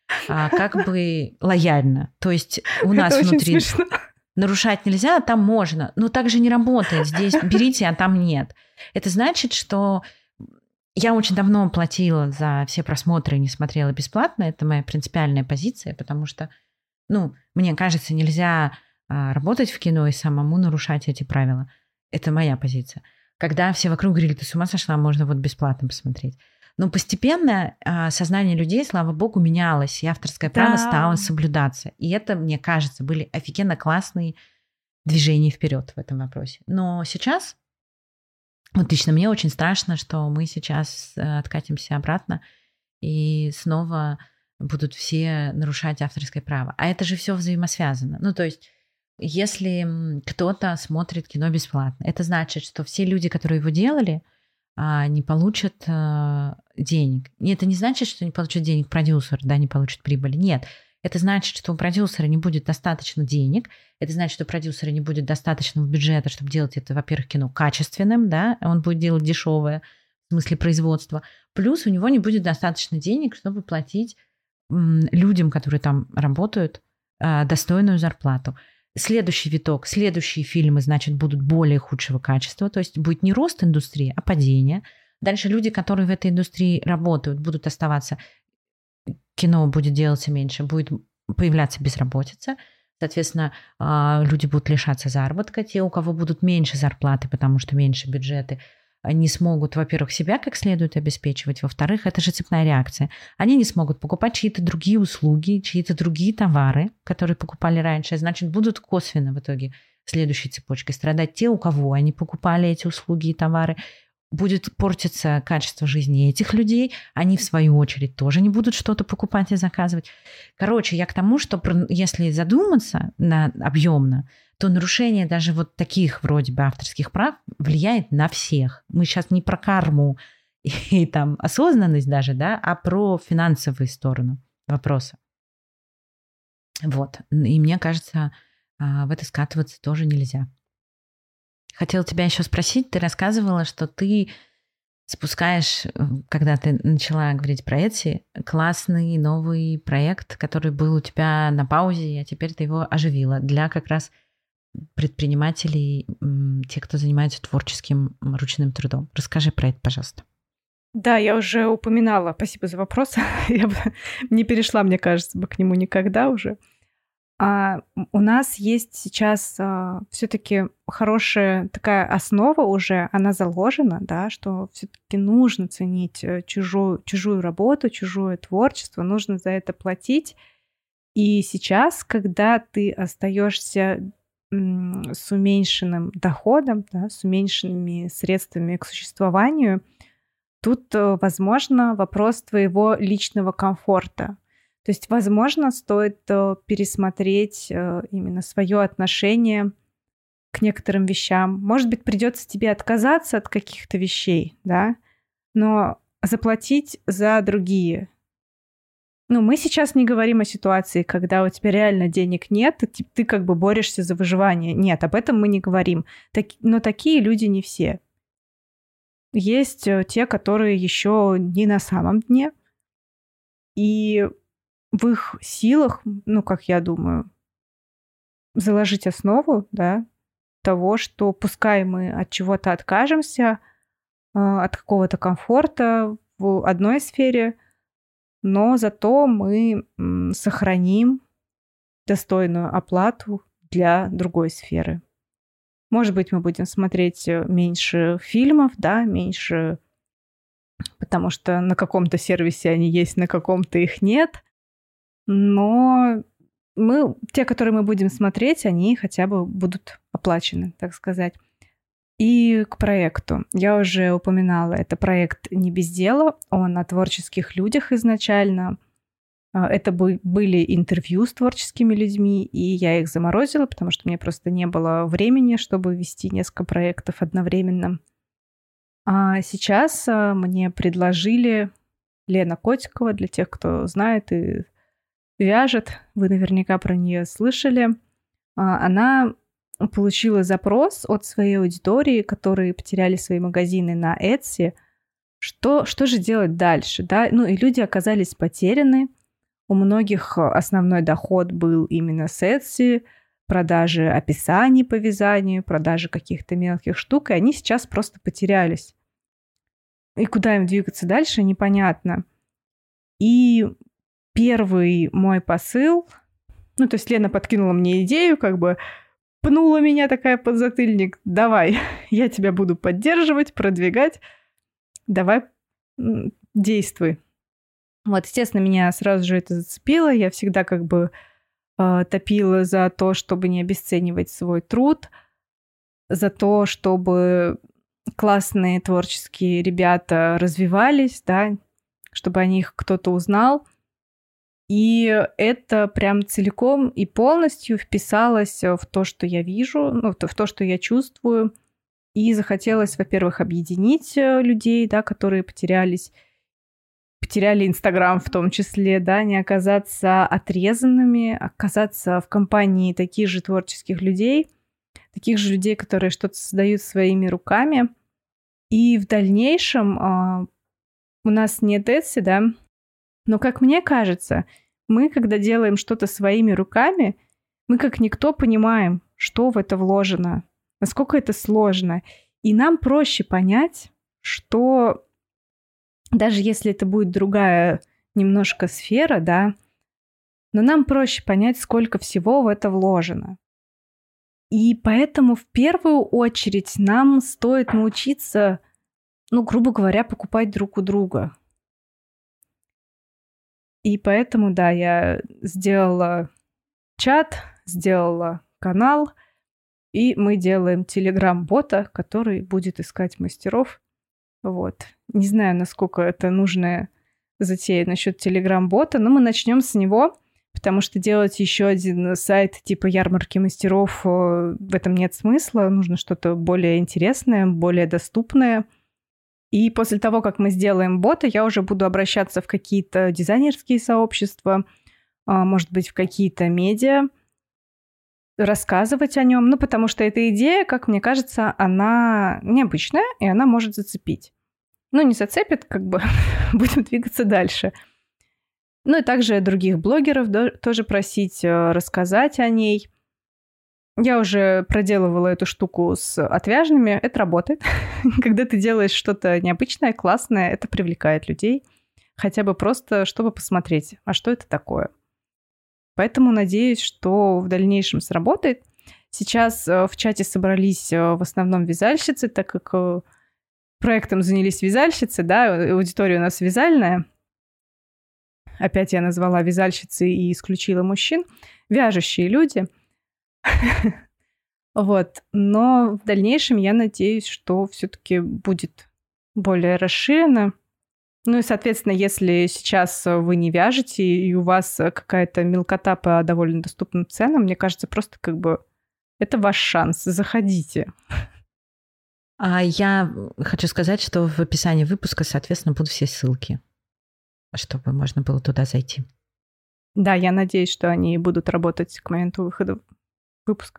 A: как бы лояльно. То есть у нас
B: Это
A: внутри...
B: очень смешно.
A: Нарушать нельзя, а там можно. Но так же не работает. Здесь берите, а там нет. Это значит, что я очень давно платила за все просмотры и не смотрела бесплатно. Это моя принципиальная позиция, потому что, ну, мне кажется, нельзя работать в кино и самому нарушать эти правила. Это моя позиция. Когда все вокруг говорили, ты с ума сошла, можно вот бесплатно посмотреть. Но постепенно сознание людей, слава богу, менялось, и авторское право да. стало соблюдаться. И это, мне кажется, были офигенно классные движения вперед в этом вопросе. Но сейчас, вот лично мне очень страшно, что мы сейчас откатимся обратно, и снова будут все нарушать авторское право. А это же все взаимосвязано. Ну, то есть, если кто-то смотрит кино бесплатно, это значит, что все люди, которые его делали, не получат денег. И это не значит, что не получат денег продюсер, да, не получит прибыли. Нет. Это значит, что у продюсера не будет достаточно денег. Это значит, что у продюсера не будет достаточного бюджета, чтобы делать это, во-первых, кино качественным, да, он будет делать дешевое в смысле производства. Плюс у него не будет достаточно денег, чтобы платить людям, которые там работают, достойную зарплату. Следующий виток, следующие фильмы, значит, будут более худшего качества, то есть будет не рост индустрии, а падение. Дальше люди, которые в этой индустрии работают, будут оставаться, кино будет делаться меньше, будет появляться безработица, соответственно, люди будут лишаться заработка, те, у кого будут меньше зарплаты, потому что меньше бюджеты, не смогут, во-первых, себя как следует обеспечивать, во-вторых, это же цепная реакция. Они не смогут покупать чьи-то другие услуги, чьи-то другие товары, которые покупали раньше, значит, будут косвенно в итоге следующей цепочкой страдать те, у кого они покупали эти услуги и товары. Будет портиться качество жизни этих людей, они в свою очередь тоже не будут что-то покупать и заказывать. Короче, я к тому, что если задуматься на, объемно, то нарушение даже вот таких вроде бы авторских прав влияет на всех. Мы сейчас не про карму и, и там осознанность даже, да, а про финансовую сторону вопроса. Вот. И мне кажется, в это скатываться тоже нельзя. Хотела тебя еще спросить, ты рассказывала, что ты спускаешь, когда ты начала говорить про Etsy, классный новый проект, который был у тебя на паузе, а теперь ты его оживила для как раз предпринимателей, тех, кто занимается творческим ручным трудом. Расскажи про это, пожалуйста.
B: Да, я уже упоминала, спасибо за вопрос, я бы не перешла, мне кажется, бы к нему никогда уже. А у нас есть сейчас а, все-таки хорошая такая основа уже, она заложена, да, что все-таки нужно ценить чужую, чужую работу, чужое творчество, нужно за это платить. И сейчас, когда ты остаешься м, с уменьшенным доходом, да, с уменьшенными средствами к существованию, тут, возможно, вопрос твоего личного комфорта. То есть, возможно, стоит пересмотреть именно свое отношение к некоторым вещам. Может быть, придется тебе отказаться от каких-то вещей, да, но заплатить за другие. Ну, мы сейчас не говорим о ситуации, когда у тебя реально денег нет, и ты, ты как бы борешься за выживание. Нет, об этом мы не говорим. Так, но такие люди не все. Есть те, которые еще не на самом дне. И в их силах, ну, как я думаю, заложить основу, да, того, что пускай мы от чего-то откажемся, от какого-то комфорта в одной сфере, но зато мы сохраним достойную оплату для другой сферы. Может быть, мы будем смотреть меньше фильмов, да, меньше, потому что на каком-то сервисе они есть, на каком-то их нет. Но мы, те, которые мы будем смотреть, они хотя бы будут оплачены, так сказать. И к проекту. Я уже упоминала, это проект «Не без дела». Он о творческих людях изначально. Это были интервью с творческими людьми, и я их заморозила, потому что мне просто не было времени, чтобы вести несколько проектов одновременно. А сейчас мне предложили Лена Котикова, для тех, кто знает и вяжет, вы наверняка про нее слышали. Она получила запрос от своей аудитории, которые потеряли свои магазины на Etsy. Что, что же делать дальше? Да? Ну и люди оказались потеряны. У многих основной доход был именно с Etsy, продажи описаний по вязанию, продажи каких-то мелких штук, и они сейчас просто потерялись. И куда им двигаться дальше, непонятно. И первый мой посыл, ну, то есть Лена подкинула мне идею, как бы пнула меня такая подзатыльник, давай, я тебя буду поддерживать, продвигать, давай, действуй. Вот, естественно, меня сразу же это зацепило, я всегда как бы э, топила за то, чтобы не обесценивать свой труд, за то, чтобы классные творческие ребята развивались, да, чтобы о них кто-то узнал. И это прям целиком и полностью вписалось в то, что я вижу, ну, в то, что я чувствую. И захотелось, во-первых, объединить людей, да, которые потерялись, потеряли Инстаграм в том числе, да, не оказаться отрезанными, оказаться в компании таких же творческих людей, таких же людей, которые что-то создают своими руками. И в дальнейшем э, у нас нет Etsy, да, но, как мне кажется, мы, когда делаем что-то своими руками, мы как никто понимаем, что в это вложено, насколько это сложно. И нам проще понять, что даже если это будет другая немножко сфера, да, но нам проще понять, сколько всего в это вложено. И поэтому в первую очередь нам стоит научиться ну, грубо говоря, покупать друг у друга. И поэтому, да, я сделала чат, сделала канал, и мы делаем телеграм-бота, который будет искать мастеров. Вот. Не знаю, насколько это нужная затея насчет телеграм-бота, но мы начнем с него, потому что делать еще один сайт типа ярмарки мастеров, в этом нет смысла. Нужно что-то более интересное, более доступное. И после того, как мы сделаем бота, я уже буду обращаться в какие-то дизайнерские сообщества, может быть, в какие-то медиа, рассказывать о нем. Ну, потому что эта идея, как мне кажется, она необычная, и она может зацепить. Ну, не зацепит, как бы будем двигаться дальше. Ну, и также других блогеров да, тоже просить рассказать о ней. Я уже проделывала эту штуку с отвяжными. Это работает. Когда ты делаешь что-то необычное, классное, это привлекает людей. Хотя бы просто, чтобы посмотреть, а что это такое. Поэтому надеюсь, что в дальнейшем сработает. Сейчас в чате собрались в основном вязальщицы, так как проектом занялись вязальщицы, да, аудитория у нас вязальная. Опять я назвала вязальщицы и исключила мужчин. Вяжущие люди. Вот. Но в дальнейшем я надеюсь, что все-таки будет более расширено. Ну и, соответственно, если сейчас вы не вяжете, и у вас какая-то мелкота по довольно доступным ценам, мне кажется, просто как бы это ваш шанс. Заходите.
A: А я хочу сказать, что в описании выпуска, соответственно, будут все ссылки, чтобы можно было туда зайти.
B: Да, я надеюсь, что они будут работать к моменту выхода выпуска.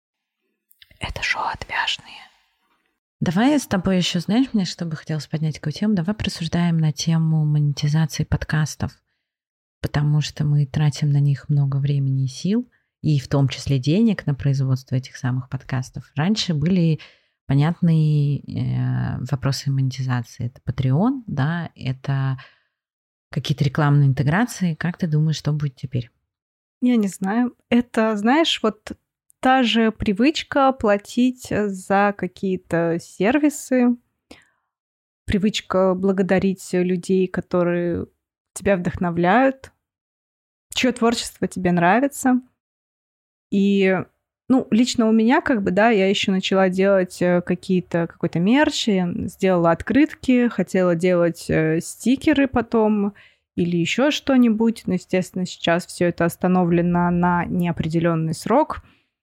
A: Это шоу «Отвяжные». Давай с тобой еще, знаешь, мне что бы хотелось поднять такую тему? Давай просуждаем на тему монетизации подкастов, потому что мы тратим на них много времени и сил, и в том числе денег на производство этих самых подкастов. Раньше были понятные э, вопросы монетизации. Это Patreon, да, это какие-то рекламные интеграции. Как ты думаешь, что будет теперь?
B: Я не знаю. Это, знаешь, вот та же привычка платить за какие-то сервисы, привычка благодарить людей, которые тебя вдохновляют, чье творчество тебе нравится. И, ну, лично у меня, как бы, да, я еще начала делать какие-то, какой-то мерч, я сделала открытки, хотела делать стикеры потом или еще что-нибудь. Но, естественно, сейчас все это остановлено на неопределенный срок.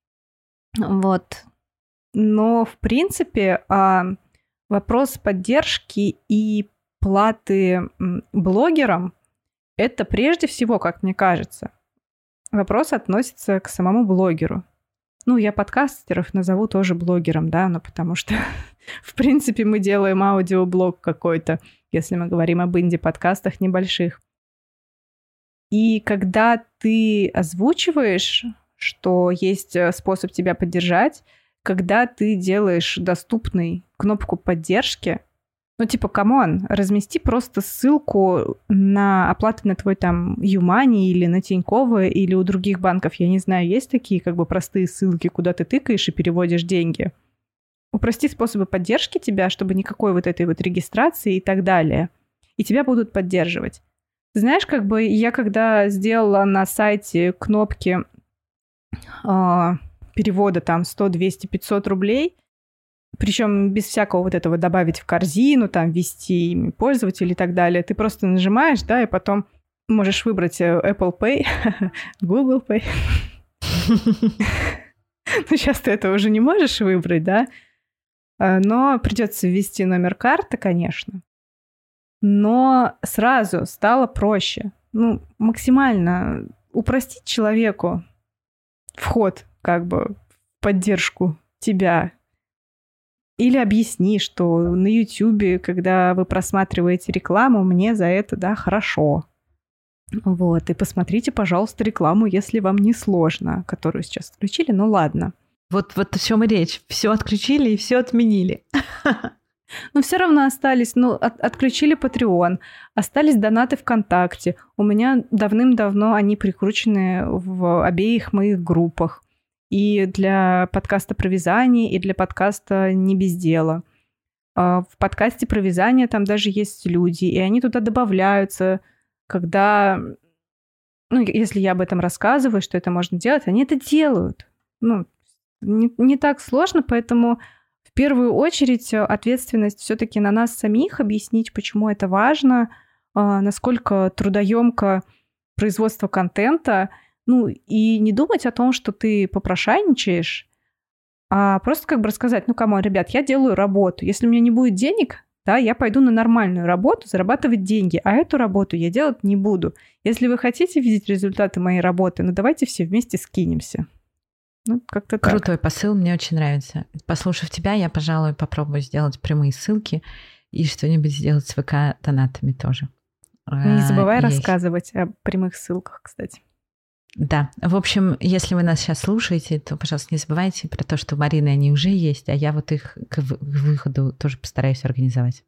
B: Вот. Но, в принципе, вопрос поддержки и платы блогерам – это прежде всего, как мне кажется, вопрос относится к самому блогеру. Ну, я подкастеров назову тоже блогером, да, ну, потому что, в принципе, мы делаем аудиоблог какой-то, если мы говорим об инди-подкастах небольших. И когда ты озвучиваешь, что есть способ тебя поддержать, когда ты делаешь доступной кнопку поддержки, ну, типа, камон, размести просто ссылку на оплату на твой там Юмани или на Тинькофф или у других банков. Я не знаю, есть такие как бы простые ссылки, куда ты тыкаешь и переводишь деньги. Упрости способы поддержки тебя, чтобы никакой вот этой вот регистрации и так далее. И тебя будут поддерживать. Знаешь, как бы я когда сделала на сайте кнопки э, перевода там сто, двести, пятьсот рублей, причем без всякого вот этого добавить в корзину, там, ввести имя пользователя и так далее. Ты просто нажимаешь, да, и потом можешь выбрать Apple Pay, Google Pay. Ну, сейчас ты это уже не можешь выбрать, да, но придется ввести номер карты, конечно. Но сразу стало проще. Ну, максимально упростить человеку вход, как бы, в поддержку тебя. Или объясни, что на Ютубе, когда вы просматриваете рекламу, мне за это, да, хорошо. Вот, и посмотрите, пожалуйста, рекламу, если вам не сложно, которую сейчас отключили, ну ладно.
A: Вот, вот о чем и речь. Все отключили и все отменили.
B: Но все равно остались, ну, от, отключили Patreon, остались донаты ВКонтакте. У меня давным-давно они прикручены в обеих моих группах. И для подкаста про вязание, и для подкаста «Не без дела». В подкасте про вязание там даже есть люди, и они туда добавляются, когда... Ну, если я об этом рассказываю, что это можно делать, они это делают. Ну, не, не так сложно, поэтому в первую очередь ответственность все-таки на нас самих, объяснить, почему это важно, насколько трудоемко производство контента, ну, и не думать о том, что ты попрошайничаешь, а просто как бы рассказать, ну, камон, ребят, я делаю работу. Если у меня не будет денег, да, я пойду на нормальную работу, зарабатывать деньги, а эту работу я делать не буду. Если вы хотите видеть результаты моей работы, ну, давайте все вместе скинемся. Ну, как-то так.
A: Крутой посыл, мне очень нравится. Послушав тебя, я, пожалуй, попробую сделать прямые ссылки и что-нибудь сделать с ВК-донатами тоже.
B: Не забывай
A: а,
B: рассказывать о прямых ссылках, кстати.
A: Да. В общем, если вы нас сейчас слушаете, то, пожалуйста, не забывайте про то, что у Марины они уже есть, а я вот их к выходу тоже постараюсь организовать.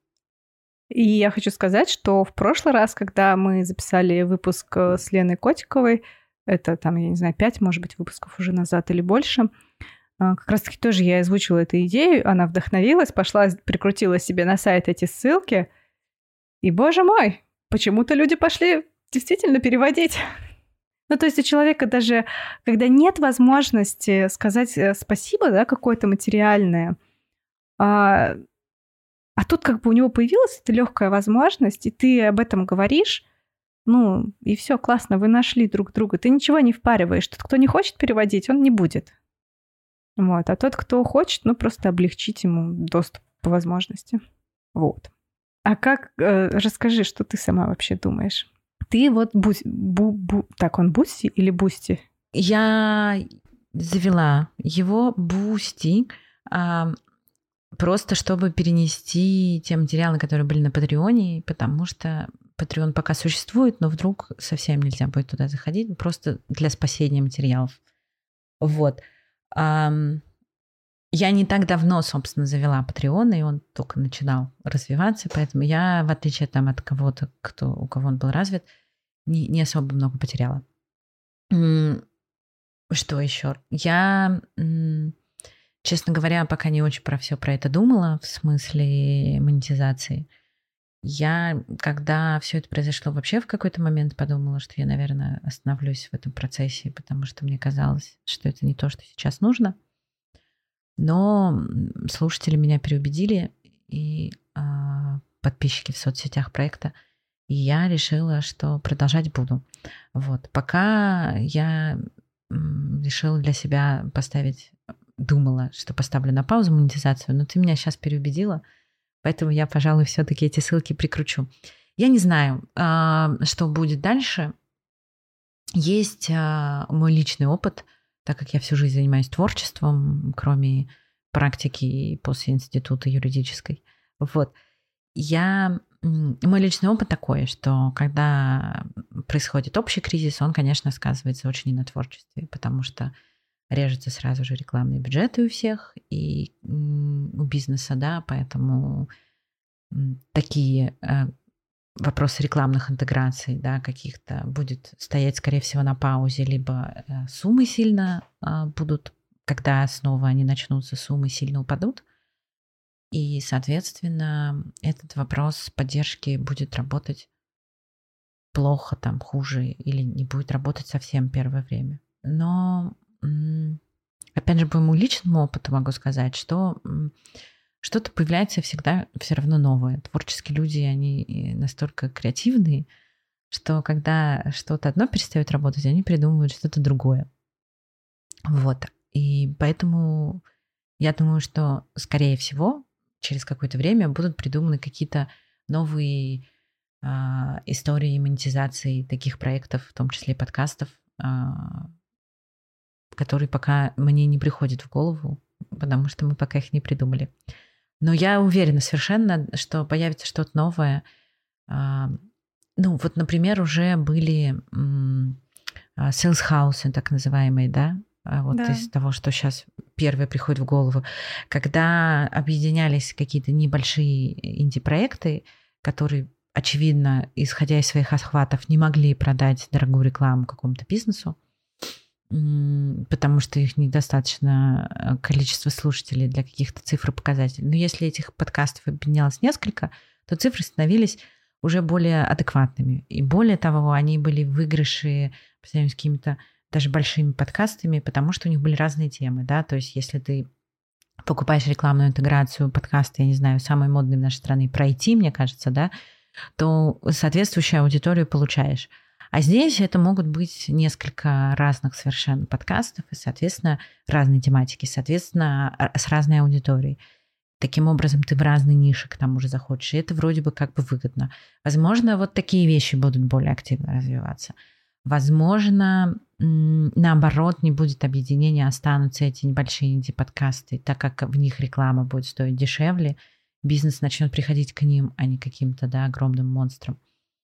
B: И я хочу сказать, что в прошлый раз, когда мы записали выпуск с Леной Котиковой, это там, я не знаю, пять, может быть, выпусков уже назад или больше, как раз-таки тоже я озвучила эту идею, она вдохновилась, пошла, прикрутила себе на сайт эти ссылки, и, боже мой, почему-то люди пошли действительно переводить. Ну, то есть у человека даже, когда нет возможности сказать спасибо, да, какое-то материальное, а, а тут как бы у него появилась эта легкая возможность, и ты об этом говоришь, ну, и все, классно, вы нашли друг друга. Ты ничего не впариваешь. Тот, кто не хочет переводить, он не будет. Вот. А тот, кто хочет, ну, просто облегчить ему доступ по возможности. Вот. А как... Э, расскажи, что ты сама вообще думаешь? Ты вот... Бу, бу, бу, так, он Бусти или Бусти?
A: Я завела его Бусти а, просто чтобы перенести те материалы, которые были на Патреоне, потому что Patreon пока существует, но вдруг совсем нельзя будет туда заходить, просто для спасения материалов. Вот. А, я не так давно, собственно, завела Patreon, и он только начинал развиваться, поэтому я, в отличие там, от кого-то, кто, у кого он был развит, не, не особо много потеряла. Что еще? Я, честно говоря, пока не очень про все про это думала, в смысле монетизации. Я, когда все это произошло, вообще в какой-то момент подумала, что я, наверное, остановлюсь в этом процессе, потому что мне казалось, что это не то, что сейчас нужно. Но слушатели меня переубедили, и э, подписчики в соцсетях проекта, и я решила, что продолжать буду. Вот. Пока я решила для себя поставить, думала, что поставлю на паузу монетизацию, но ты меня сейчас переубедила, поэтому я, пожалуй, все-таки эти ссылки прикручу. Я не знаю, э, что будет дальше. Есть э, мой личный опыт, так как я всю жизнь занимаюсь творчеством, кроме практики после института юридической. Вот. Я... Мой личный опыт такой, что когда происходит общий кризис, он, конечно, сказывается очень и на творчестве, потому что режутся сразу же рекламные бюджеты у всех и у бизнеса, да, поэтому такие вопросы рекламных интеграций, да, каких-то будет стоять, скорее всего, на паузе, либо суммы сильно будут, когда снова они начнутся, суммы сильно упадут. И, соответственно, этот вопрос поддержки будет работать плохо, там, хуже, или не будет работать совсем первое время. Но, опять же, по моему личному опыту могу сказать, что что-то появляется всегда все равно новое. Творческие люди, они настолько креативные, что когда что-то одно перестает работать, они придумывают что-то другое. Вот. И поэтому я думаю, что, скорее всего, через какое-то время будут придуманы какие-то новые э, истории монетизации таких проектов, в том числе подкастов, э, которые пока мне не приходят в голову, потому что мы пока их не придумали. Но я уверена совершенно, что появится что-то новое. Э, ну, вот, например, уже были э, sales house, так называемые, да, вот да. Из того, что сейчас первое приходит в голову, когда объединялись какие-то небольшие инди-проекты, которые, очевидно, исходя из своих охватов, не могли продать дорогую рекламу какому-то бизнесу, потому что их недостаточно количество слушателей для каких-то цифр и показателей. Но если этих подкастов объединялось несколько, то цифры становились уже более адекватными. И более того, они были в выигрыше по сравнению с какими-то даже большими подкастами, потому что у них были разные темы. Да? То есть если ты покупаешь рекламную интеграцию подкаста, я не знаю, самый модный в нашей стране, про ай ти, мне кажется, да, то соответствующую аудиторию получаешь. А здесь это могут быть несколько разных совершенно подкастов и, соответственно, разные тематики, соответственно, с разной аудиторией. Таким образом, ты в разные ниши к тому же заходишь, и это вроде бы как бы выгодно. Возможно, вот такие вещи будут более активно развиваться. Возможно, наоборот, не будет объединения, останутся эти небольшие инди-подкасты, так как в них реклама будет стоить дешевле, бизнес начнет приходить к ним, а не к каким-то, да, огромным монстрам.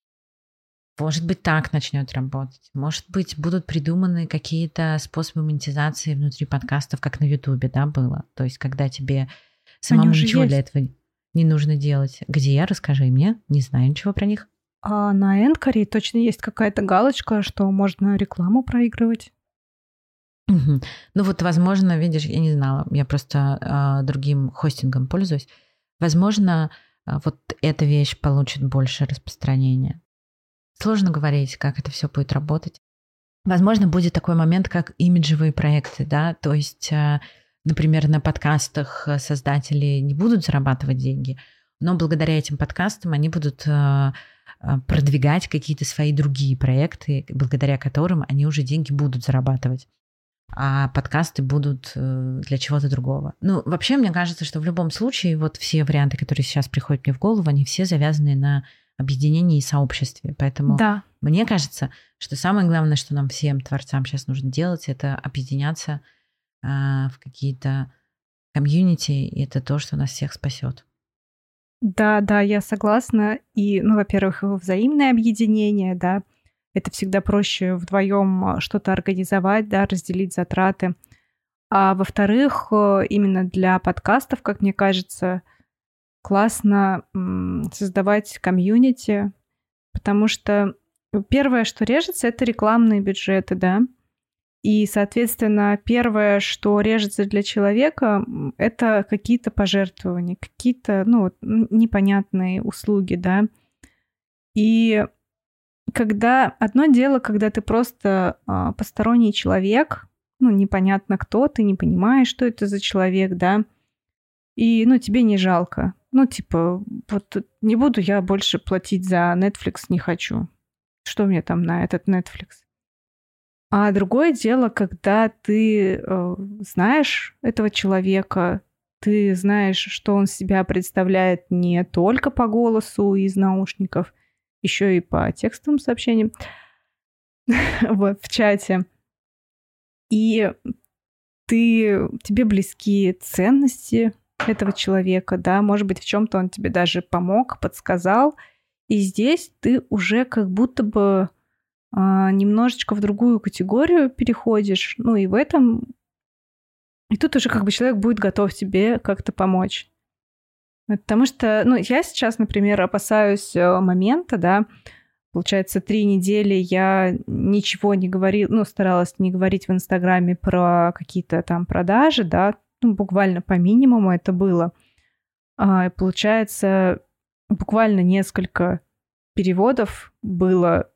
A: Может быть, так начнет работать. Может быть, будут придуманы какие-то способы монетизации внутри подкастов, как на Ютубе, да, было. То есть, когда тебе самому ничего есть для этого не нужно делать. Где? Расскажи мне. Не знаю ничего про них.
B: А на Энкоре точно есть какая-то галочка, что можно рекламу проигрывать.
A: Угу. Ну вот, возможно, видишь, я не знала, я просто э, другим хостингом пользуюсь. Возможно, э, вот эта вещь получит больше распространения. Сложно говорить, как это все будет работать. Возможно, будет такой момент, как имиджевые проекты, да, то есть, э, например, на подкастах создатели не будут зарабатывать деньги, но благодаря этим подкастам они будут э, продвигать какие-то свои другие проекты, благодаря которым они уже деньги будут зарабатывать, а подкасты будут для чего-то другого. Ну, вообще, мне кажется, что в любом случае вот все варианты, которые сейчас приходят мне в голову, они все завязаны на объединении и сообществе. Поэтому
B: да.
A: Мне кажется, что самое главное, что нам всем, творцам, сейчас нужно делать, это объединяться в какие-то комьюнити, и это то, что нас всех спасет.
B: Да, да, я согласна. И, ну, во-первых, взаимное объединение, да, это всегда проще вдвоем что-то организовать, да, разделить затраты. А во-вторых, именно для подкастов, как мне кажется, классно создавать комьюнити, потому что первое, что режется, это рекламные бюджеты, да. И, соответственно, первое, что режется для человека, это какие-то пожертвования, какие-то, ну, непонятные услуги, да. И когда одно дело, когда ты просто а, посторонний человек, ну, непонятно кто, ты не понимаешь, что это за человек, да, и, ну, тебе не жалко. Ну, типа, вот не буду я больше платить за Netflix, не хочу. Что мне там на этот Netflix? А другое дело, когда ты э, знаешь этого человека, ты знаешь, что он себя представляет не только по голосу из наушников, еще и по текстовым сообщениям вот, в чате. И ты, тебе близки ценности этого человека, да, может быть, в чем-то он тебе даже помог, подсказал. И здесь ты уже как будто бы а, немножечко в другую категорию переходишь. Ну и в этом... И тут уже как бы человек будет готов тебе как-то помочь. Потому что, ну, я сейчас, например, опасаюсь момента, да, получается, три недели я ничего не говорила, ну, старалась не говорить в Инстаграме про какие-то там продажи, да, ну, буквально по минимуму это было. А, и получается, буквально несколько переводов было.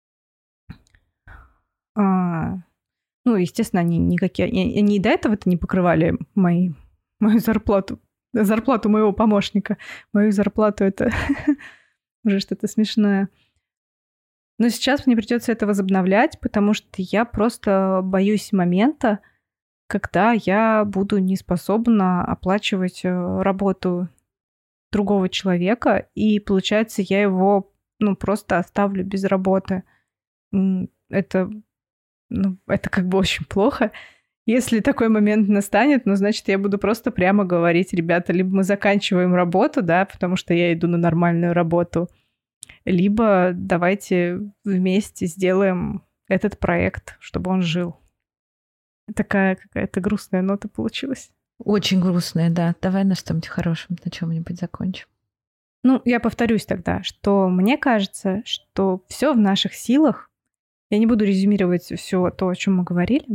B: А, ну, естественно, они никакие, они и до этого-то не покрывали мои, мою зарплату, зарплату моего помощника. Мою зарплату это уже что-то смешное. Но сейчас мне придется это возобновлять, потому что я просто боюсь момента, когда я буду не способна оплачивать работу другого человека, и, получается, я его, ну, просто оставлю без работы. Это, ну, это как бы очень плохо. Если такой момент настанет, ну, значит, я буду просто прямо говорить: ребята, либо мы заканчиваем работу, да, потому что я иду на нормальную работу, либо давайте вместе сделаем этот проект, чтобы он жил. Такая какая-то грустная нота получилась.
A: Очень грустная, да. Давай на что-нибудь хорошем, на чем-нибудь закончим.
B: Ну, я повторюсь тогда, что мне кажется, что все в наших силах, Я не буду резюмировать все то, о чем мы говорили,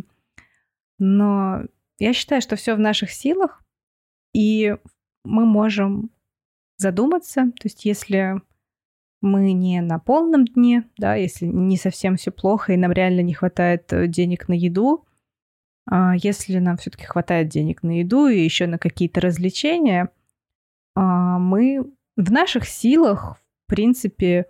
B: но я считаю, что все в наших силах, и мы можем задуматься, то есть если мы не на полном дне, да, если не совсем все плохо и нам реально не хватает денег на еду, а если нам все-таки хватает денег на еду и еще на какие-то развлечения, мы в наших силах, в принципе,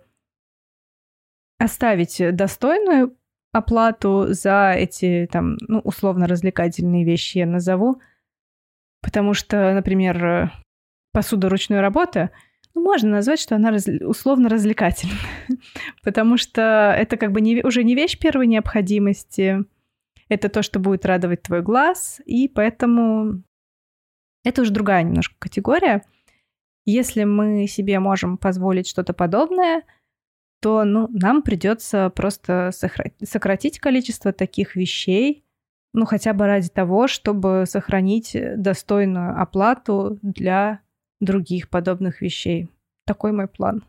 B: оставить достойную оплату за эти, там, ну, условно-развлекательные вещи, я назову. Потому что, например, посуда ручной работы, ну, можно назвать, что она раз... условно-развлекательная. Потому что это как бы не... уже не вещь первой необходимости. Это то, что будет радовать твой глаз. И поэтому это уже другая немножко категория. Если мы себе можем позволить что-то подобное, то ну, нам придется просто сократить количество таких вещей, ну хотя бы ради того, чтобы сохранить достойную оплату для других подобных вещей. Такой мой план.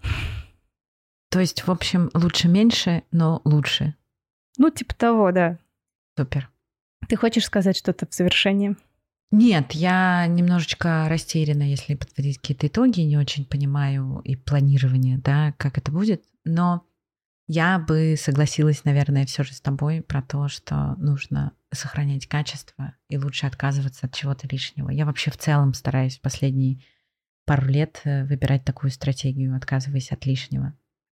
A: То есть, в общем, лучше меньше, но лучше.
B: Ну, типа того, да.
A: Супер.
B: Ты хочешь сказать что-то в завершении?
A: Нет, я немножечко растеряна, если подводить какие-то итоги, не очень понимаю и планирование, да, как это будет. Но я бы согласилась, наверное, все же с тобой про то, что нужно сохранять качество и лучше отказываться от чего-то лишнего. Я вообще в целом стараюсь в последние пару лет выбирать такую стратегию, отказываясь от лишнего.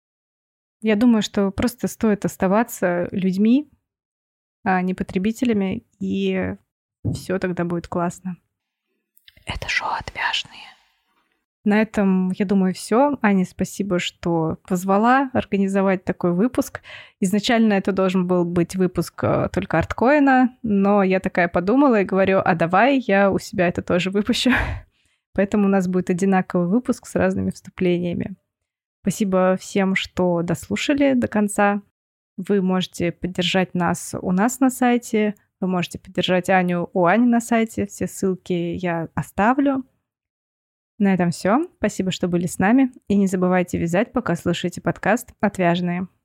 B: Я думаю, что просто стоит оставаться людьми, а не потребителями, и все тогда будет классно.
A: Это шоу «Отвяжные».
B: На этом, я думаю, все. Аня, спасибо, что позвала организовать такой выпуск. Изначально это должен был быть выпуск только арткоина, но я такая подумала и говорю, а давай я у себя это тоже выпущу. Поэтому у нас будет одинаковый выпуск с разными вступлениями. Спасибо всем, что дослушали до конца. Вы можете поддержать нас у нас на сайте, вы можете поддержать Аню у Ани на сайте. Все ссылки я оставлю. На этом все. Спасибо, что были с нами. И не забывайте вязать, пока слушаете подкаст «Отвяжные».